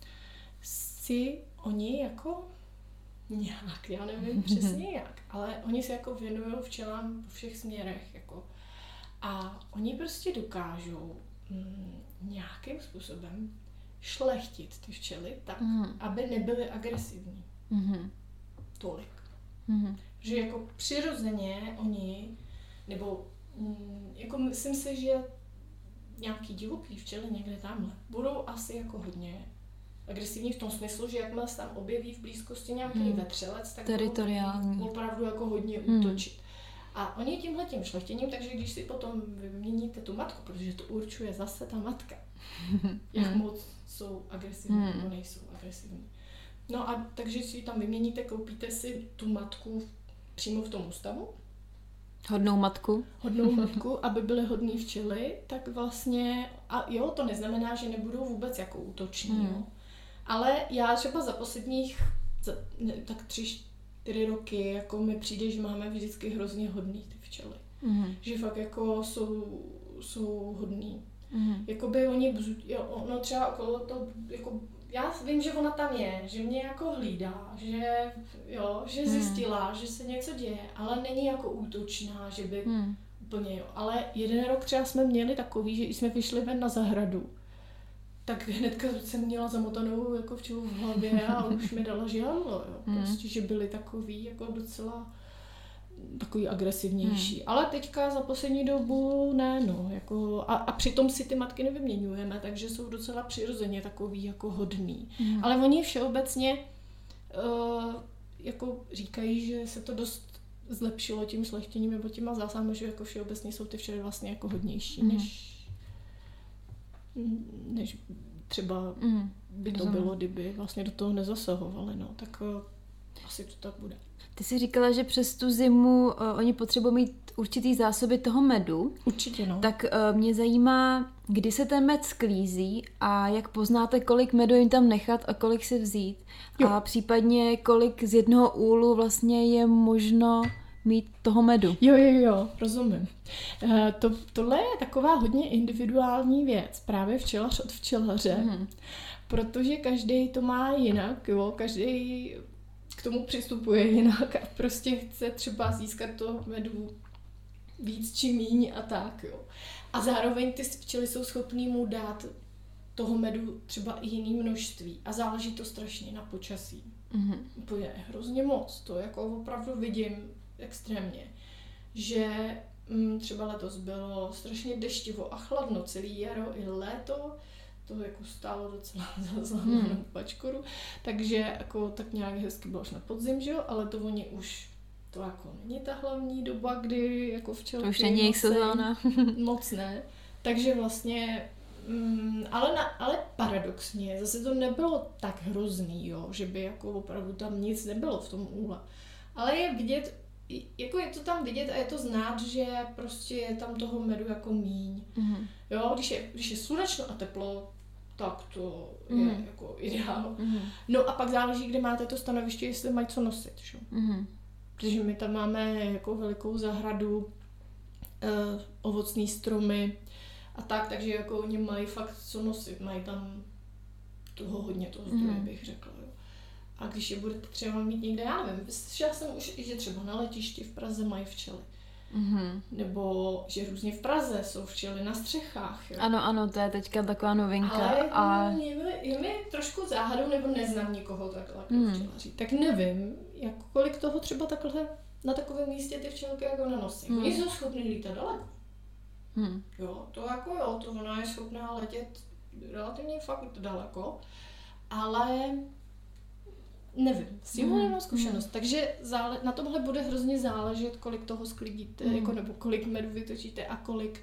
si oni jako nějak, já nevím přesně jak, ale oni se jako věnují včelám po všech směrech, jako. A oni prostě dokážou nějakým způsobem šlechtit ty včely tak, aby nebyly agresivní. Tolik. Že jako přirozeně oni, nebo jako myslím si, že nějaký divoký včely někde tamhle budou asi jako hodně agresivní v tom smyslu, že jakmile se tam objeví v blízkosti nějaký vetřelec, tak budou opravdu jako hodně útočit. A oni tímhletím šlechtěním, takže když si potom vyměníte tu matku, protože to určuje zase ta matka, jak moc jsou agresivní nebo nejsou agresivní. No a takže si tam vyměníte, koupíte si tu matku přímo v tom ústavu.
Hodnou matku,
aby byly hodný včely, tak vlastně, a jo, to neznamená, že nebudou vůbec jako útoční, jo. Ale já třeba za posledních tak 3-4 roky, jako mi přijde, že máme vždycky hrozně hodný ty včely. Že fakt jako jsou hodný. Jakoby oni, ono třeba okolo to, jako já vím, že ona tam je, že mě jako hlídá, že zjistila, že se něco děje, ale není jako útočná, že by úplně jo. Ale jeden rok třeba jsme měli takový, že jsme vyšli ven na zahradu, tak hnedka jsem měla zamotanou jako včelu v hlavě a už mi dala žihadlo, jo. Prostě, že byli takový jako docela takový agresivnější. Ale teďka za poslední dobu ne, no, jako a přitom si ty matky nevyměňujeme, takže jsou docela přirozeně takový jako hodný. Ale oni všeobecně jako říkají, že se to dost zlepšilo tím šlechtěním nebo těma zásahy, že jako všeobecně jsou ty včely vlastně jako hodnější, než třeba by to bylo, kdyby vlastně do toho nezasahovali, no, tak asi to tak bude.
Ty jsi říkala, že přes tu zimu oni potřebují mít určitý zásoby toho medu.
Určitě, no.
Tak mě zajímá, kdy se ten med sklízí a jak poznáte, kolik medu jim tam nechat a kolik si vzít. Jo. A případně kolik z jednoho úlu vlastně je možno mít toho medu.
Jo, rozumím. Tohle je taková hodně individuální věc, právě včelař od včelaře, protože každý to má jinak, jo, každý k tomu přistupuje jinak a prostě chce třeba získat toho medu víc či míň a tak, jo. A zároveň ty včely jsou schopný mu dát toho medu třeba i jiný množství a záleží to strašně na počasí. To je hrozně moc, to jako opravdu vidím extrémně, že třeba letos bylo strašně deštivo a chladno celý jaro i léto, to jako stálo docela za pačkoru, takže jako tak nějak hezky bylo až na podzim, že jo, ale to oni už, to jako není ta hlavní doba, kdy jako včelky
to už není jejich sezóna.
Moc ne, takže vlastně Ale paradoxně, zase to nebylo tak hrozný, jo, že by jako opravdu tam nic nebylo v tom úle. Ale je vidět, jako je to tam vidět a je to znát, že prostě je tam toho medu jako míň. Mm-hmm. Jo, když je slunečno a teplo, tak to je jako ideál. Mm-hmm. No a pak záleží, kde máte to stanoviště, jestli mají co nosit. Mm-hmm. Protože my tam máme jako velikou zahradu, ovocný stromy a tak, takže jako oni mají fakt co nosit. Mají tam toho hodně, toho zdroje, bych řekla. Jo. A když je budete třeba mít někde, já nevím, slyšela jsem už, že třeba na letišti v Praze mají včely. Mm-hmm. Nebo že různě v Praze jsou včely na střechách. Jo.
Ano, to je teďka taková novinka.
Ale je mi trošku záhadou, nebo neznám nikoho takhle včelaří. Tak nevím, kolik toho třeba takhle na takovém místě ty včelky jako nanosí. Oni jsou schopni lítat daleko. Jo, to ona je schopná letět relativně fakt daleko, ale nevím, s tím nemám zkušenost, takže na tomhle bude hrozně záležet, kolik toho sklidíte, jako, nebo kolik medu vytočíte a kolik,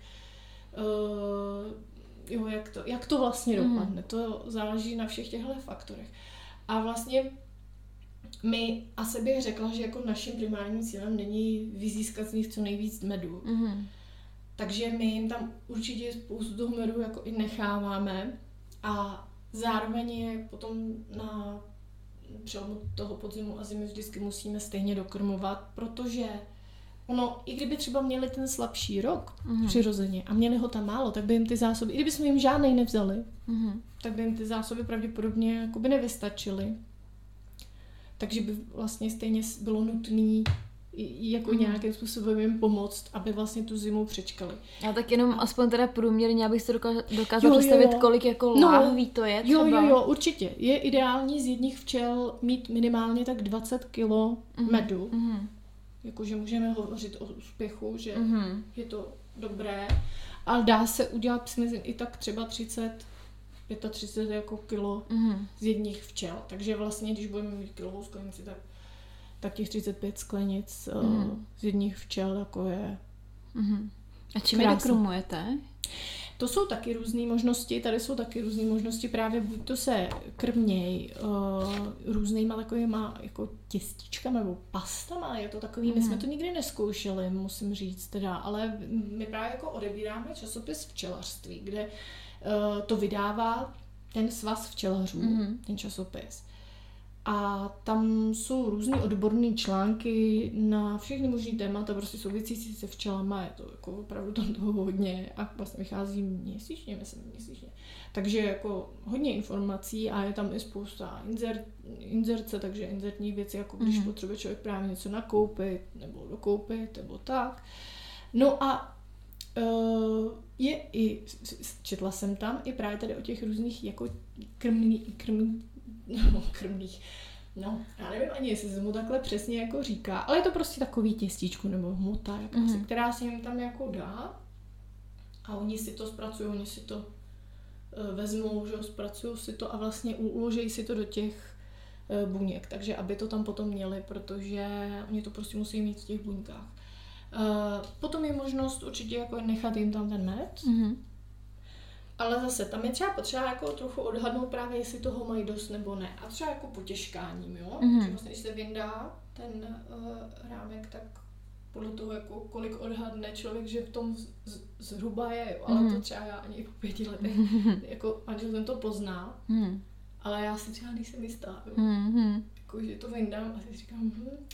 jak to vlastně dopadne, to záleží na všech těchto faktorech. A vlastně asi bych řekla, že jako naším primárním cílem není vyzískat z nich co nejvíc medu. Takže my jim tam určitě spoustu toho medu jako i necháváme a zároveň je potom na přelomu toho podzimu a zimy vždycky musíme stejně dokrmovat, protože i kdyby třeba měli ten slabší rok přirozeně a měli ho tam málo, tak by jim ty zásoby, i kdyby jsme jim žádnej nevzali, tak by jim ty zásoby pravděpodobně jakoby nevystačily. Takže by vlastně stejně bylo nutné jako nějakým způsobem jim pomoct, aby vlastně tu zimu přečkali.
Já tak jenom aspoň teda průměrně, abych si dokázala představit, kolik jako láhví to je třeba.
Jo, určitě. Je ideální z jedních včel mít minimálně tak 20 kilo medu. Jakože můžeme hovořit o úspěchu, že je to dobré. Ale dá se udělat, si myslím, i tak třeba 35 jako kilo z jedních včel. Takže vlastně, když budeme mít kilovou sklenici, tak těch 35 sklenic z jedních včel jako je
A čím je dokrmujete?
To jsou taky různé možnosti, tady jsou taky různé možnosti, právě buď to se krměj různýma takovýma jako těstičkama nebo pastama, je to takový, my jsme to nikdy nezkoušeli, musím říct teda, ale my právě jako odebíráme časopis včelařství, kde to vydává ten svaz včelařů, ten časopis. A tam jsou různý odborné články na všechny možný témata, prostě související se včelama, je to jako opravdu tam toho hodně a vlastně vychází měsíčně. Takže jako hodně informací a je tam i spousta inzerce, takže inzertní věci, jako když potřebuje člověk právě něco nakoupit nebo dokoupit, nebo tak. No a četla jsem tam i právě tady o těch různých jako krmných. No, já nevím ani, jestli se mu takhle přesně jako říká, ale je to prostě takový těstíčko nebo hmota, která se jim tam jako dá a oni si to zpracují, oni si to vezmou, že zpracují si to a vlastně uložejí si to do těch buněk, takže aby to tam potom měli, protože oni to prostě musí mít v těch buňkách. Potom je možnost určitě jako nechat jim tam ten med, ale zase tam je třeba potřeba jako trochu odhadnout právě, jestli toho mají dost nebo ne. A třeba jako potěžkáním, jo? Že vlastně, když se vyndá ten rámek, tak podle toho, jako kolik odhadne člověk, že v tom zhruba je, jo? Ale to třeba já ani po 5 letech, jako manžel ten to pozná, ale já si třeba nejsem jistá, jo? Jako, že to vyndám a si říkám,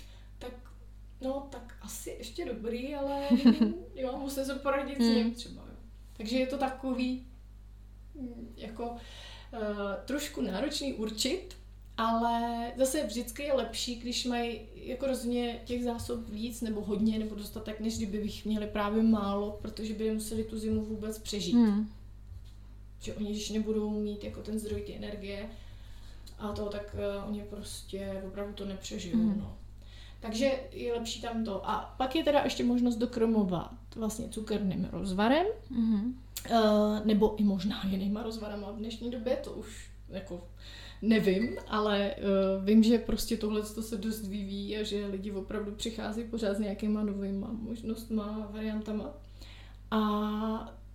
tak asi ještě dobrý, ale jo, musím se poradit s ním třeba, jo? Takže je to takový jako trošku náročný určit, ale zase vždycky je lepší, když mají jako rozhodně těch zásob víc nebo hodně nebo dostatek, než kdyby bych měli právě málo, protože by museli tu zimu vůbec přežít. Že oni, když nebudou mít jako ten zdroj ty energie a to, tak oni prostě opravdu to nepřežijou. No. Takže je lepší tam to. A pak je teda ještě možnost dokrmovat vlastně cukerným rozvarem, nebo i možná jinýma rozvarama v dnešní době, to už jako nevím, ale vím, že prostě tohle se dost vyvíjí a že lidi opravdu přichází pořád s nějakýma novýma možnostma, variantama. A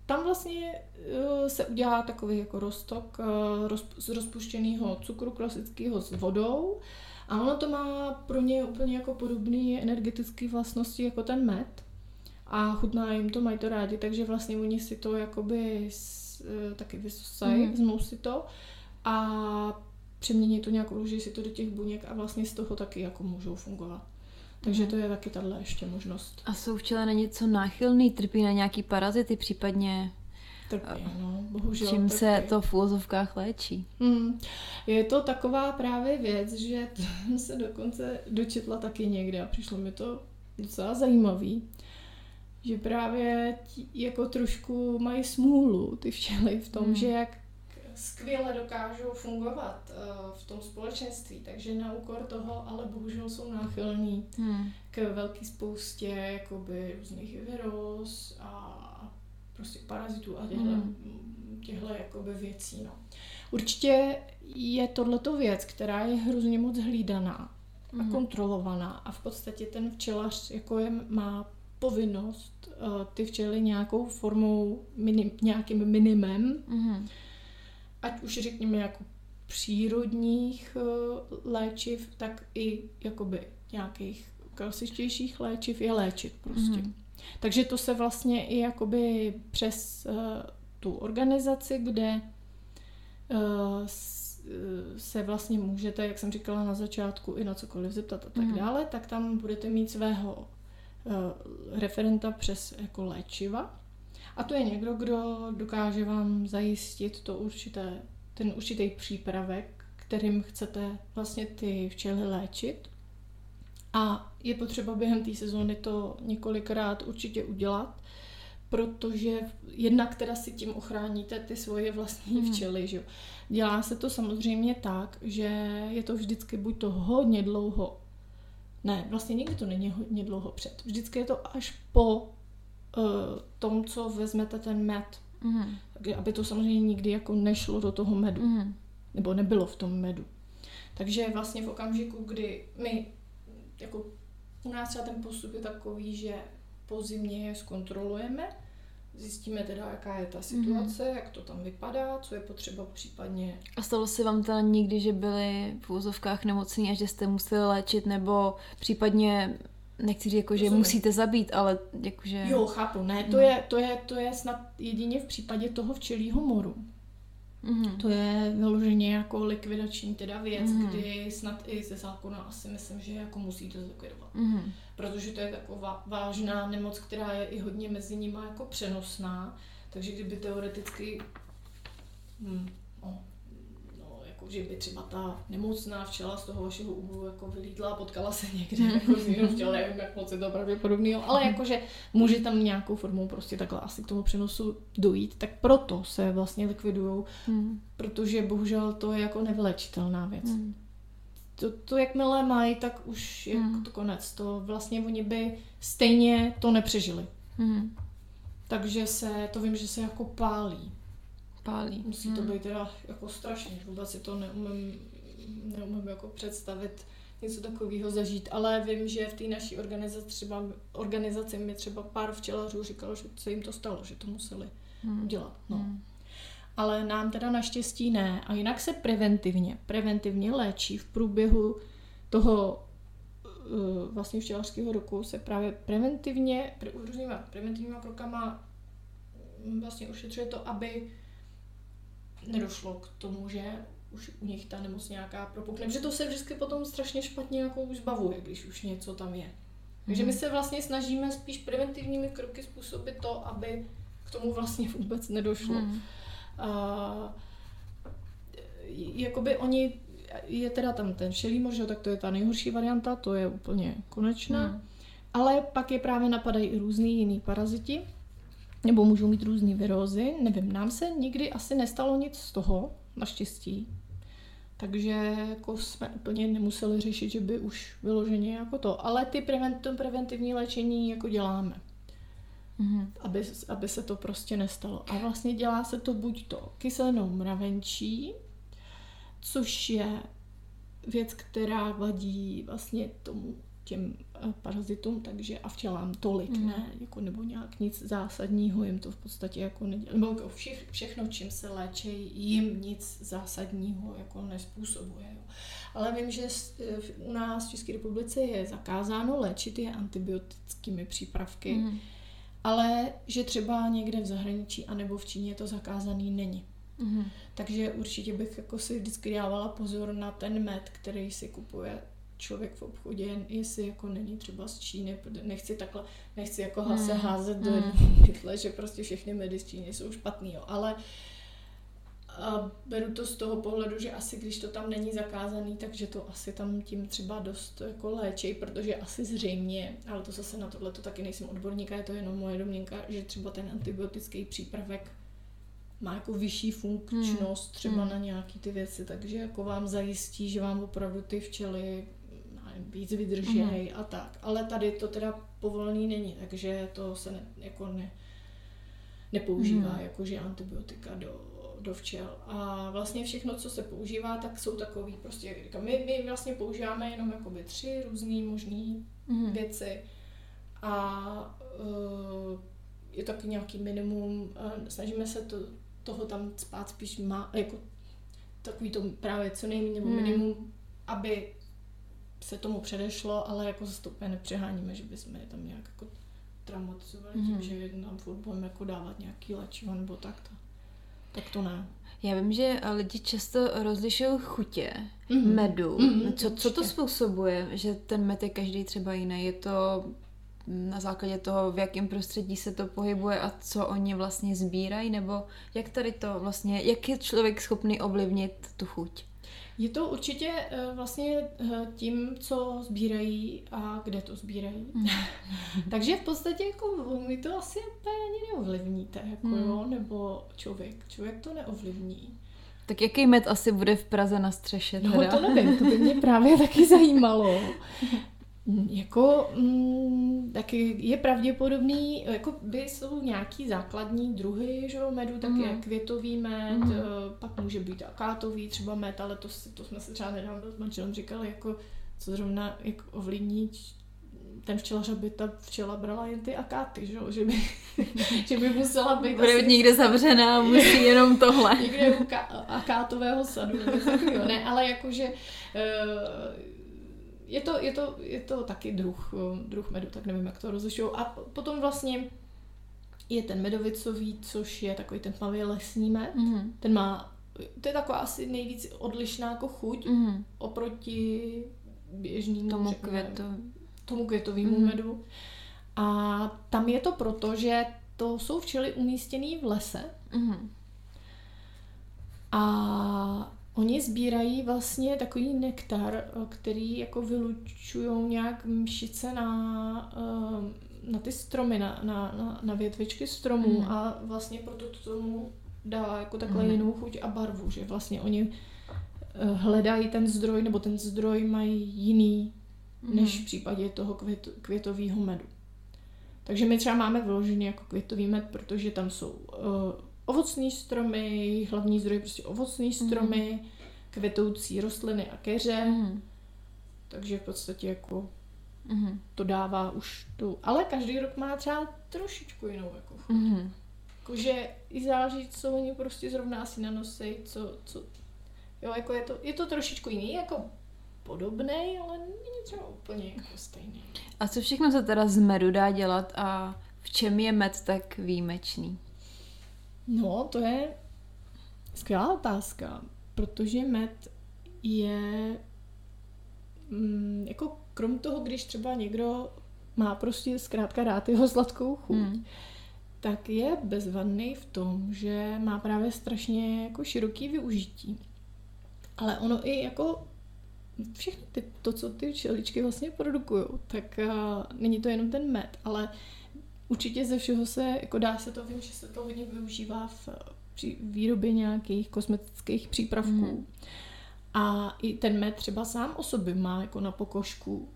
tam vlastně se udělá takový jako roztok z rozpuštěného cukru klasického s vodou a ono to má pro ně úplně jako podobné energetické vlastnosti jako ten med a chutná jim to, mají to rádi, takže vlastně oni si to jakoby taky vysusají, vezmou si to a přemění to nějakou, vloží si to do těch buněk a vlastně z toho taky jako můžou fungovat. Takže to je taky tato ještě možnost.
A jsou včely na něco náchylný? Trpí na nějaký parazity případně?
Trpí, no, bohužel.
Čím se to v úvozovkách léčí?
Je to taková právě věc, že se dokonce dočetla taky někde a přišlo mi to docela zajímavý, že právě jako trošku mají smůlu ty včely v tom, že jak skvěle dokážou fungovat v tom společenství, takže na úkor toho, ale bohužel jsou náchylní k velké spoustě jakoby různých viróz a prostě parazitů a těchto jakoby věcí. No. Určitě je tohleto věc, která je hrozně moc hlídaná a kontrolovaná a v podstatě ten včelař jako má povinnost ty včely nějakou formou, nějakým minimem, ať už řekněme jako přírodních léčiv, tak i jakoby nějakých klasičtějších léčiv je léčit prostě. Takže to se vlastně i jakoby přes tu organizaci, kde se vlastně můžete, jak jsem říkala na začátku, i na cokoliv zeptat a tak dále, tak tam budete mít svého referenta přes jako léčiva. A to je někdo, kdo dokáže vám zajistit ten určitý přípravek, kterým chcete vlastně ty včely léčit. A je potřeba během té sezóny to několikrát určitě udělat, protože jednak teda si tím ochráníte ty svoje vlastní včely. Že? Dělá se to samozřejmě tak, že je to vždycky buď to hodně dlouho, ne, vlastně nikdy to není hodně dlouho před. Vždycky je to až po tom, co vezmete ten med. Aby to samozřejmě nikdy jako nešlo do toho medu. Nebo nebylo v tom medu. Takže vlastně v okamžiku, kdy my, jako u nás třeba ten postup je takový, že po zimě je zkontrolujeme, zjistíme teda, jaká je ta situace, jak to tam vypadá, co je potřeba případně.
A stalo se vám teda nikdy, že byli v úvozovkách nemocní a že jste museli léčit, nebo případně, nechci říct, jako, že musíte zabít, ale jakože...
Jo, chápu, ne, to je snad jedině v případě toho včelího moru. To je vyloženě jako likvidační teda věc, kdy snad i ze zákona asi myslím, že jako musíte zlikvidovat. Protože to je taková vážná nemoc, která je i hodně mezi nimi jako přenosná, takže kdyby teoreticky jako že by třeba ta nemocná včela z toho vašeho úhlu jako vylídla a potkala se někde jako s jinou včelou, nevím, jak moc je to pravděpodobného, ale jakože může tam nějakou formou prostě takhle asi k tomu přenosu dojít, tak proto se vlastně likvidujou, protože bohužel to je jako nevylečitelná věc. To jakmile mají, tak už je to konec. To vlastně oni by stejně to nepřežili. Takže to vím, že se jako pálí. Musí to být teda jako strašně, vůbec si to neumím jako představit, něco takového zažít, ale vím, že v té naší organizaci mi třeba pár včelařů říkalo, že se jim to stalo, že to museli udělat. No. Ale nám teda naštěstí ne. A jinak se preventivně léčí v průběhu toho vlastně včelařského roku se právě různýma preventivníma krokama vlastně ošetřuje to, aby nedošlo k tomu, že už u nich ta nemoc nějaká propukne, protože to se vždycky potom strašně špatně jako už zbavuje, když už něco tam je. Takže my se vlastně snažíme spíš preventivními kroky způsobit to, aby k tomu vlastně vůbec nedošlo. Jakoby je teda tam ten včelí mor, tak to je ta nejhorší varianta, to je úplně konečná, ale pak je právě napadají i různý jiný paraziti, nebo můžou mít různý virózy, nevím, nám se nikdy asi nestalo nic z toho, naštěstí. Takže jako jsme úplně nemuseli řešit, že by už vyloženě jako to, ale to preventivní léčení jako děláme, aby se to prostě nestalo. A vlastně dělá se to buď to kyselinou mravenčí, což je věc, která vadí vlastně tomu těm parazitům, takže a včelám tolik, ne, jako nebo nějak nic zásadního jim to v podstatě jako nedělá, nebo jako všechno, čím se léčí, jim nic zásadního jako nespůsobuje. Jo. Ale vím, že u nás v České republice je zakázáno léčit je antibiotickými přípravky, ale že třeba někde v zahraničí anebo v Číně to zakázaný není. Takže určitě bych jako si vždycky dávala pozor na ten med, který si kupuje člověk v obchodě, jestli jako není třeba z Číny, nechci jako se házet do pytle, že prostě všechny medy z Číny jsou špatný, jo. Ale beru to z toho pohledu, že asi když to tam není zakázaný, takže to asi tam tím třeba dost jako léčí, protože asi zřejmě, ale to zase na tohle to taky nejsem odborníka, je to jenom moje domněnka, že třeba ten antibiotický přípravek má jako vyšší funkčnost třeba na nějaký ty věci, takže jako vám zajistí, že vám opravdu ty včely víc vydrží a tak. Ale tady to teda povolený není, takže to se nepoužívá jakože antibiotika do včel. A vlastně všechno, co se používá, tak jsou takový prostě, my vlastně používáme jenom jakoby 3 různý možný věci a je taky nějaký minimum, snažíme se toho tam spát spíš jako takový to právě co nejméně nebo minimum, aby se tomu předešlo, ale jako zase to úplně nepřeháníme, že bychom je tam nějak jako traumatizovali tím, že nám furt budeme jako dávat nějaký léčivo nebo takto. Tak to ne.
Já vím, že lidi často rozlišují chutě medu. Co to způsobuje, že ten med je každý třeba jiný? Je to na základě toho, v jakém prostředí se to pohybuje a co oni vlastně sbírají? Nebo jak tady to vlastně, jak je člověk schopný ovlivnit tu chuť?
Je to určitě vlastně tím, co sbírají a kde to sbírají. Takže v podstatě jako my to asi ani neovlivníte, jako jo, nebo člověk to neovlivní.
Tak jaký med asi bude v Praze na střeše? Teda?
No to nevím, to by mě právě taky zajímalo. Jako, taky je pravděpodobný, jako by jsou nějaký základní druhy, že medu, tak je květový med, pak může být akátový třeba med, ale to jsme se třeba nedávno s manželem říkali, jako co zrovna jak ovlivní ten včelař, aby ta včela brala jen ty akáty, že by musela být
bude někde zavřená, musí jenom tohle.
Někde u akátového sadu, nebo takového, ne, ale jakože je to taky druh medu, tak nevím, jak to rozlišujou. A potom vlastně je ten medovicový, což je takový ten tmavě lesní med. Ten má, to je taková asi nejvíc odlišná jako chuť oproti běžnému tomu květovému medu. A tam je to proto, že to jsou včely umístěné v lese. A oni sbírají vlastně takový nektar, který jako vylučujou nějak mšice na ty stromy, na větvičky stromů a vlastně proto tomu dává jako takhle jinou chuť a barvu, že vlastně oni hledají ten zdroj, nebo ten zdroj mají jiný, než v případě toho květového medu. Takže my třeba máme vyložený jako květový med, protože tam jsou ovocný stromy, hlavní zdroj prostě ovocný stromy, kvetoucí rostliny a keře. Takže v podstatě jako to dává už tu. Ale každý rok má třeba trošičku jinou jako chuť. Jakože i záleží, co oni prostě zrovna asi nanosí, co jo, jako je to trošičku jiný, jako podobnej, ale není třeba úplně jako stejný.
A co všechno se teda z medu dá dělat a v čem je med tak výjimečný?
No, to je skvělá otázka, protože med je jako krom toho, když třeba někdo má prostě zkrátka rád jeho sladkou chuť, tak je bezvadný v tom, že má právě strašně jako široký využití. Ale ono i jako všechno to, co ty včeličky vlastně produkujou, tak není to jenom ten med, ale určitě ze všeho se, jako dá se to, vím, že se to hodně využívá při výrobě nějakých kosmetických přípravků. A i ten med třeba sám o sobě má jako na pokožku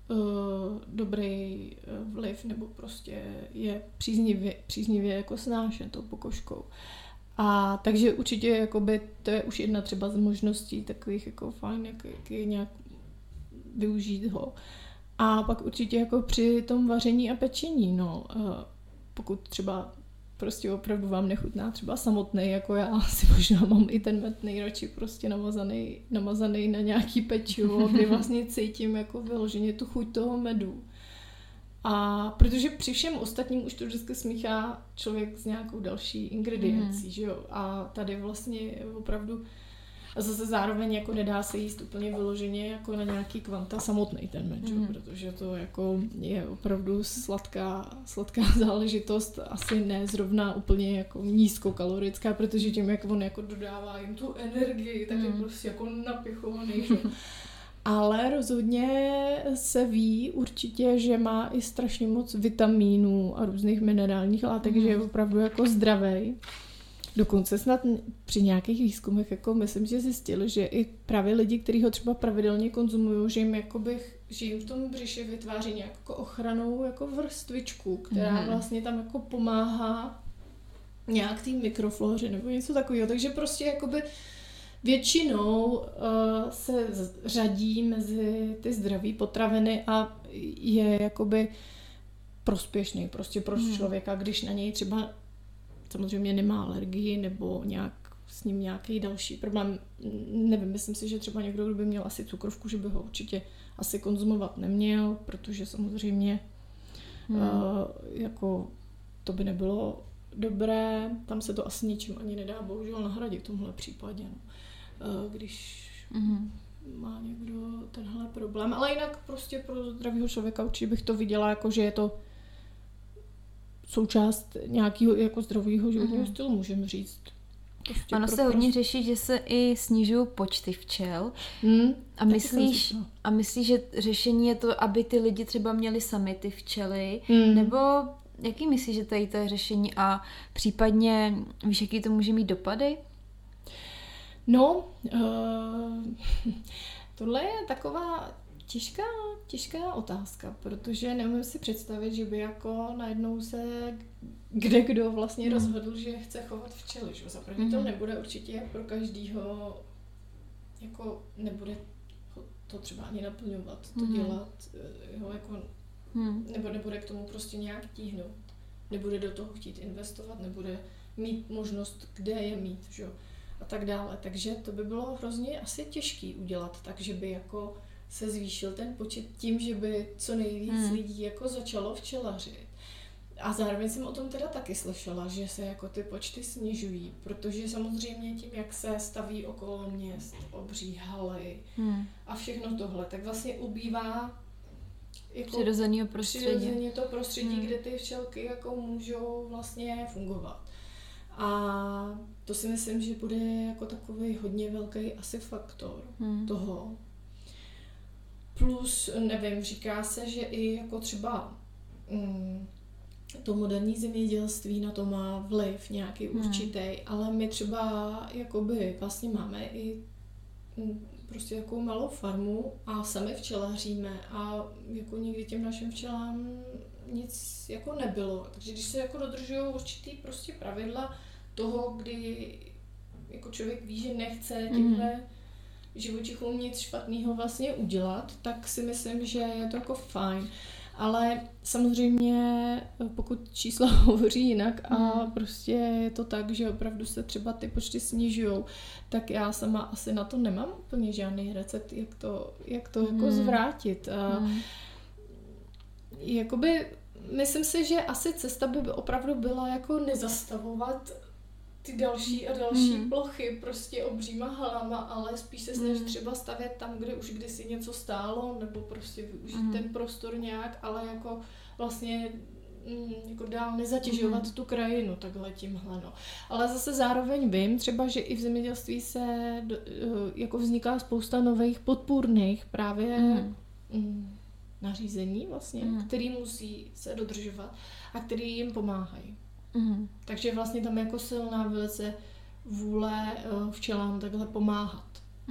dobrý vliv, nebo prostě je příznivě jako snášen tou pokožkou. A takže určitě jakoby, to je už jedna třeba z možností takových jako fajn, jak nějak využít ho. A pak určitě jako při tom vaření a pečení, no, pokud třeba prostě opravdu vám nechutná třeba samotný, jako já si možná mám i ten med nejradši prostě namazaný na nějaký pečivo, kdy vlastně cítím jako vyloženě tu chuť toho medu. A protože při všem ostatním už to vždycky smíchá člověk s nějakou další ingrediencí, že jo? A tady vlastně opravdu a zase zároveň jako nedá se jíst úplně vyloženě jako na nějaký kvanta samotný ten med, protože to jako je opravdu sladká záležitost, asi ne zrovna úplně jako nízkokalorická, protože tím, jak on jako dodává jim tu energii, tak je prostě jako napichovaný, že? Ale rozhodně se ví určitě, že má i strašně moc vitamínů a různých minerálních látek, že je opravdu jako zdravej. Dokonce snad při nějakých výzkumech jako myslím, že zjistili, že i právě lidi, kteří ho třeba pravidelně konzumují, že jim v tom břiše vytváří nějakou ochranou jako vrstvičku, která vlastně tam jako pomáhá nějak té mikroflóře nebo něco takového. Takže prostě jakoby většinou se řadí mezi ty zdraví potraviny a je jakoby prospěšný prostě pro člověka, když na něj třeba samozřejmě nemá alergii nebo nějak s ním nějaký další problém. Nevím, myslím si, že třeba někdo, kdo by měl asi cukrovku, že by ho určitě asi konzumovat neměl, protože samozřejmě jako to by nebylo dobré. Tam se to asi ničím ani nedá bohužel nahradit v tomhle případě. No. Když má někdo tenhle problém. Ale jinak prostě pro zdravého člověka určitě bych to viděla, jako že je to součást nějakého jako zdravého životního stylu, můžeme říct. Prostě
ono se hodně řeší, že se i snižují počty včel. A myslíš, že řešení je to, aby ty lidi třeba měli sami ty včely? Nebo jaký myslíš, že tady to je řešení a případně víš, jaký to může mít dopady?
No, tohle je taková těžká otázka, protože neumím si představit, že by jako najednou se kdo vlastně rozhodl, že chce chovat včely. Za první to nebude určitě pro každýho, jako nebude to třeba ani naplňovat, to dělat, jo, jako, nebo nebude k tomu prostě nějak tíhnout. Nebude do toho chtít investovat, nebude mít možnost, kde je mít, že? A tak dále. Takže to by bylo hrozně asi těžký udělat, takže by jako se zvýšil ten počet tím, že by co nejvíc lidí jako začalo včelařit. A zároveň jsem o tom teda taky slyšela, že se jako ty počty snižují, protože samozřejmě tím, jak se staví okolo měst, obří haly a všechno tohle, tak vlastně ubývá jako
přirozeného prostředí.
Přirozeně to prostředí, kde ty včelky jako můžou vlastně fungovat. A to si myslím, že bude jako takový hodně velký asi faktor toho. Plus, nevím, říká se, že i jako třeba to moderní zemědělství na to má vliv nějaký určitý, ale my třeba jakoby vlastně máme i prostě takovou malou farmu a sami včelaříme a jako nikdy těm našim včelám nic jako nebylo. Takže když se jako dodržují určitý prostě pravidla toho, kdy jako člověk ví, že nechce těmhle živočichům nic špatného vlastně udělat, tak si myslím, že je to jako fajn. Ale samozřejmě, pokud čísla hovoří jinak a prostě je to tak, že opravdu se třeba ty počty snižujou, tak já sama asi na to nemám úplně žádný recept, jak to jako zvrátit. Jakoby, myslím si, že asi cesta by opravdu byla jako nezastavovat ty další a další plochy prostě obříma halama, ale spíš se snažit třeba stavět tam, kde už kdysi něco stálo, nebo prostě využít ten prostor nějak, ale jako vlastně jako dál nezatěžovat tu krajinu takhle tímhle, no. Ale zase zároveň vím třeba, že i v zemědělství se jako vzniká spousta nových podpůrných právě nařízení vlastně, který musí se dodržovat a který jim pomáhají. Takže vlastně tam jako silná velice vůle včelám takhle pomáhat.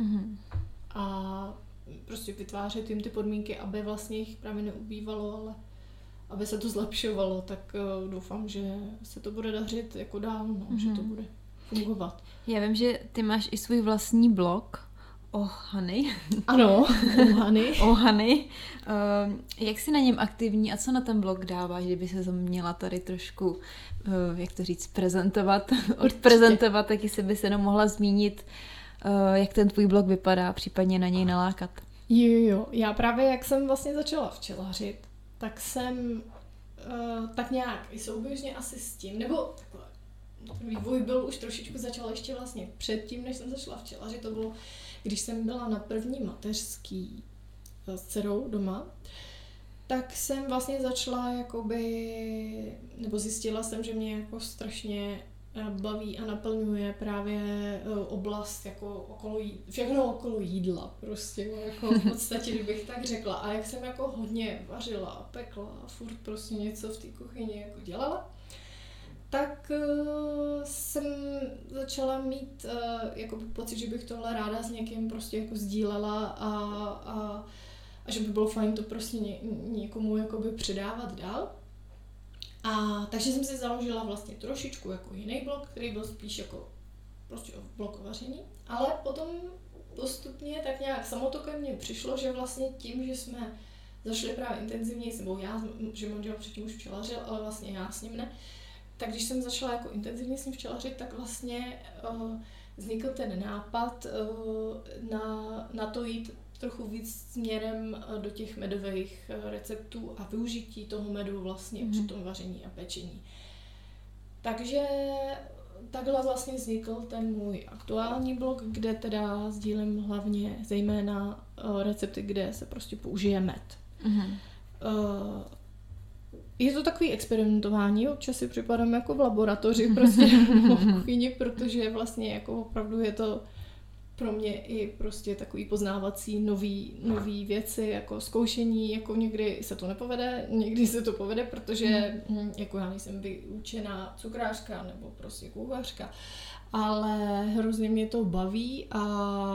A prostě vytvářet jim ty podmínky, aby vlastně jich právě neubývalo, ale aby se to zlepšovalo, tak doufám, že se to bude dařit jako dál, že to bude fungovat.
Já vím, že ty máš i svůj vlastní blog Ohany.
Ano, Ohany.
Ohany. Jak jsi na něm aktivní a co na ten blog dáváš, kdyby se to měla tady trošku, jak to říct, odprezentovat, tak jestli by se jenom mohla zmínit, jak ten tvůj blog vypadá, případně na něj nalákat.
Jo. Já právě, jak jsem vlastně začala včelařit, tak jsem tak nějak i souběžně asi s tím, nebo vývoj byl už trošičku začal ještě vlastně předtím, než jsem začala včelařit. To bylo, když jsem byla na první mateřský s dcerou doma, tak jsem vlastně začala jakoby, nebo zjistila jsem, že mě jako strašně baví a naplňuje právě oblast jako všechno okolo jídla prostě, jako v podstatě, kdybych tak řekla. A jak jsem jako hodně vařila a pekla a furt prostě něco v té kuchyni jako dělala, tak jsem začala mít jako pocit, že bych tohle ráda s někým prostě jako sdílela a že by bylo fajn to prostě někomu jakoby předávat dál. A takže jsem si založila vlastně trošičku jako jiný blog, který byl spíš jako prostě blog o vaření, ale potom postupně tak nějak samotokem mně přišlo, že vlastně tím, že jsme zašli právě intenzivněji, nebo já, že manžel předtím už včelařil, ale vlastně já s ním ne, tak když jsem začala jako intenzivně s ním včelařit, tak vlastně vznikl ten nápad na to jít trochu víc směrem do těch medových receptů a využití toho medu vlastně při tom vaření a pečení. Takže takhle vlastně vznikl ten můj aktuální blog, kde teda sdílím hlavně zejména recepty, kde se prostě použije med. Je to takový experimentování, občas si připadám jako v laboratoři prostě v kuchyni, protože vlastně jako opravdu je to pro mě i prostě takový poznávací nový věci, jako zkoušení, jako někdy se to nepovede, někdy se to povede, protože jako já nejsem vyučená cukrářka nebo prostě kuchařka, ale hrozně mě to baví a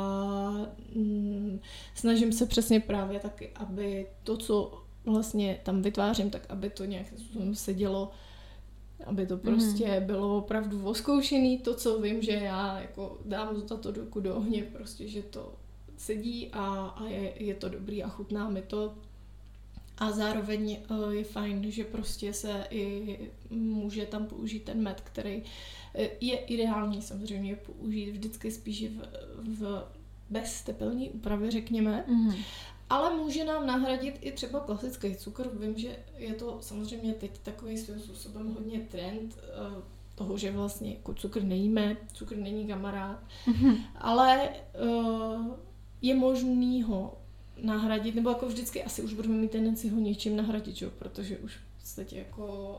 snažím se přesně právě taky, aby to, co vlastně tam vytvářím, tak aby to nějakým způsobem se dělo, aby to prostě bylo opravdu oskoušený, to, co vím, že já jako dám tato ruku do ohně, prostě, že to sedí a je to dobrý a chutná mi to. A zároveň je fajn, že prostě se i může tam použít ten med, který je ideální samozřejmě použít vždycky spíš v bez tepelní úpravy, řekněme. Ale může nám nahradit i třeba klasický cukr. Vím, že je to samozřejmě teď takový svým způsobem hodně trend toho, že vlastně jako cukr nejíme, cukr není kamarád, ale je možný ho nahradit, nebo jako vždycky asi už budeme mít tendenci ho něčím nahradit, že? Protože už v podstatě jako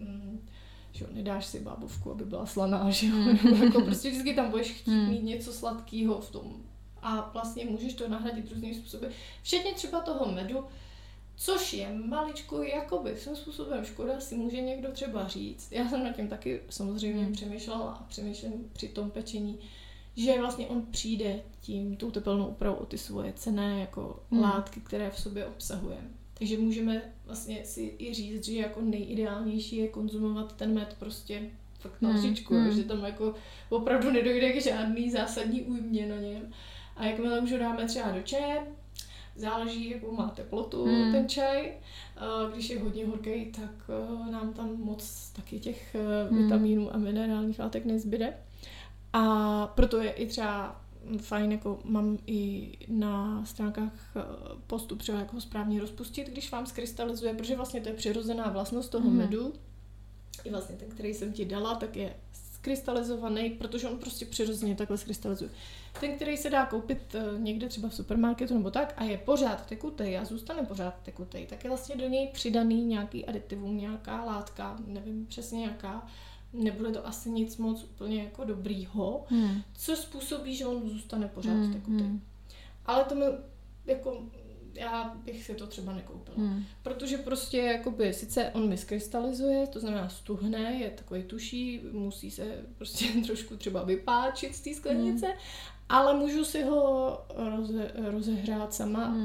že nedáš si bábovku, aby byla slaná, že jako prostě vždycky tam budeš chtít mít něco sladkého v tom. A vlastně můžeš to nahradit různými způsoby, včetně třeba toho medu, což je maličko jakoby svým způsobem škoda, si může někdo třeba říct. Já jsem nad tím taky samozřejmě přemýšlela a přemýšlím při tom pečení, že vlastně on přijde tou tepelnou úpravou o ty svoje cenné jako látky, které v sobě obsahuje. Takže můžeme vlastně si i říct, že jako nejideálnější je konzumovat ten med prostě fakt na lžičku, že tam jako opravdu nedojde k žádný zásadní újmě na něm. A jakmile už ho dáme třeba do čaje, záleží, jakou má teplotu ten čaj. Když je hodně horký, tak nám tam moc taky těch vitamínů a minerálních látek nezbyde. A proto je i třeba fajn, jako mám i na stránkách postup třeba jako ho správně rozpustit, když vám skrystalizuje, protože vlastně to je přirozená vlastnost toho medu. I vlastně ten, který jsem ti dala, tak je krystalizovaný, protože on prostě přirozeně takhle skrystalizuje. Ten, který se dá koupit někde třeba v supermarketu nebo tak a je pořád tekutej a zůstane pořád tekutej, tak je vlastně do něj přidaný nějaký aditivum, nějaká látka, nevím přesně jaká, nebude to asi nic moc úplně jako dobrýho, co způsobí, že on zůstane pořád tekutej. Ale to mi jako já bych si to třeba nekoupila. Protože prostě jakoby, sice on mi skrystalizuje, to znamená stuhne, je takový tuší, musí se prostě trošku třeba vypáčit z té sklenice, ale můžu si ho rozehrát sama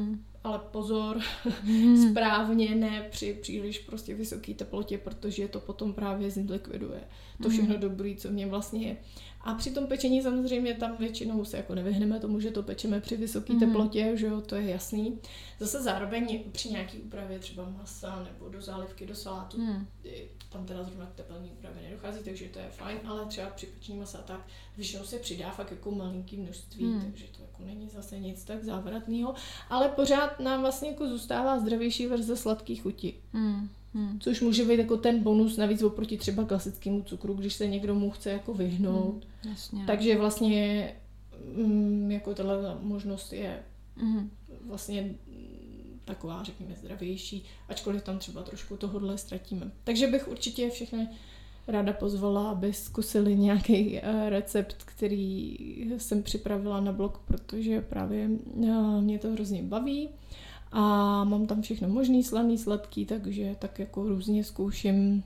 ale pozor, správně, ne při příliš prostě vysoké teplotě, protože to potom právě zlikviduje. To všechno dobrý, co v něm vlastně je. A při tom pečení samozřejmě tam většinou se jako nevyhneme tomu, že to pečeme při vysoké teplotě, že jo, to je jasný. Zase zároveň při nějaký úpravě třeba masa nebo do zálivky, do salátu, tam teda zrovna k tepelné úpravě nedochází, takže to je fajn, ale třeba při pečení masa tak většinou se přidá fakt jako malinký množství, takže to jako není zase nic tak závratného, ale pořád nám vlastně jako zůstává zdravější verze sladkých chutí. Což může být jako ten bonus navíc oproti třeba klasickému cukru, když se někdo mu chce jako vyhnout.
Jasně.
Takže vlastně jako tato možnost je vlastně taková, řekněme, zdravější, ačkoliv tam třeba trošku tohodle ztratíme. Takže bych určitě všechny ráda pozvala, aby zkusili nějaký recept, který jsem připravila na blog, protože právě mě to hrozně baví. A mám tam všechno možný, slaný, sladký, takže tak jako různě zkouším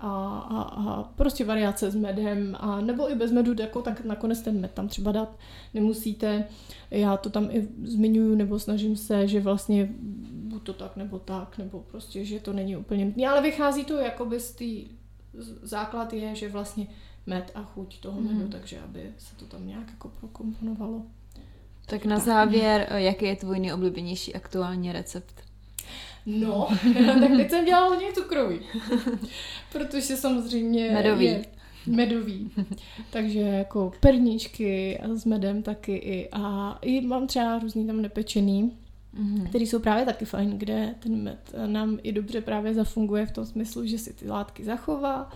a prostě variace s medem, a nebo i bez medu, jako tak nakonec ten med tam třeba dát nemusíte. Já to tam i zmiňuju, nebo snažím se, že vlastně buď to tak, nebo prostě, že to není úplně nutné, ale vychází to jakoby z té základ je, že vlastně med a chuť toho medu, takže aby se to tam nějak jako prokomponovalo.
Tak na závěr, jaký je tvůj nejoblíbenější aktuální recept?
No, tak teď jsem dělala hodně cukrový, protože samozřejmě
medový.
Medový. Takže jako perníčky a s medem taky i mám třeba různý tam nepečený, který jsou právě taky fajn, kde ten med nám i dobře právě zafunguje v tom smyslu, že si ty látky zachová.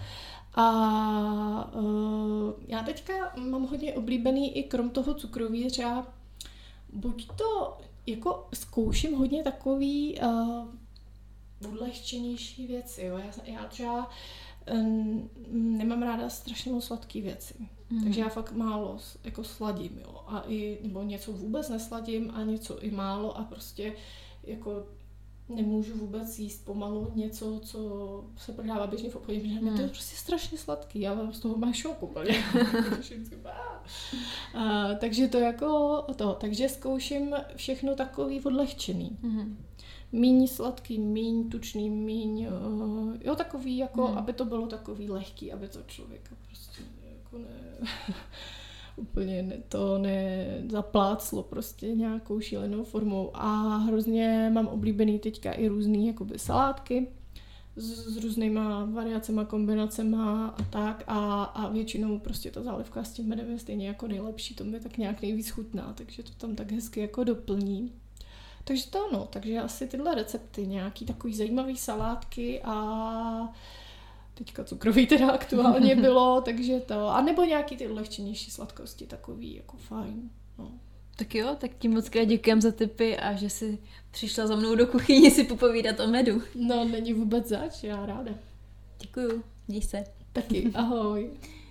A já teďka mám hodně oblíbený i krom toho cukroví třeba buď to jako zkouším hodně takový odlehčenější věci. Jo. Já třeba nemám ráda strašně moc sladký věci. Takže já fakt málo jako sladím. Jo. A nebo něco vůbec nesladím a něco i málo a prostě jako nemůžu vůbec jíst pomalu něco, co se prodává běžně v obchodě, protože to je prostě strašně sladký, já mám z toho mám šok úplně. Takže to jako to, takže zkouším všechno takový odlehčený. Míň sladký, míň tučný, míň, jo takový jako, aby to bylo takový lehký, aby to člověka prostě jako úplně to nezapláclo prostě nějakou šílenou formou. A hrozně mám oblíbený teďka i různý jakoby salátky s různýma variacema, kombinacema a tak a většinou prostě ta zálivka s tím medem je stejně jako nejlepší, to mi tak nějak nejvíc chutná, takže to tam tak hezky jako doplní. Takže to no, takže asi tyhle recepty, nějaký takový zajímavý salátky a teďka cukrový teda aktuálně bylo, takže to, a nebo nějaký ty odlehčenější sladkosti, takový jako fajn, no.
Tak jo, tak ti moc krát děkujem za tipy a že jsi přišla za mnou do kuchyně si popovídat o medu.
No, není vůbec zač, já ráda.
Děkuju, měj se.
Taky, ahoj.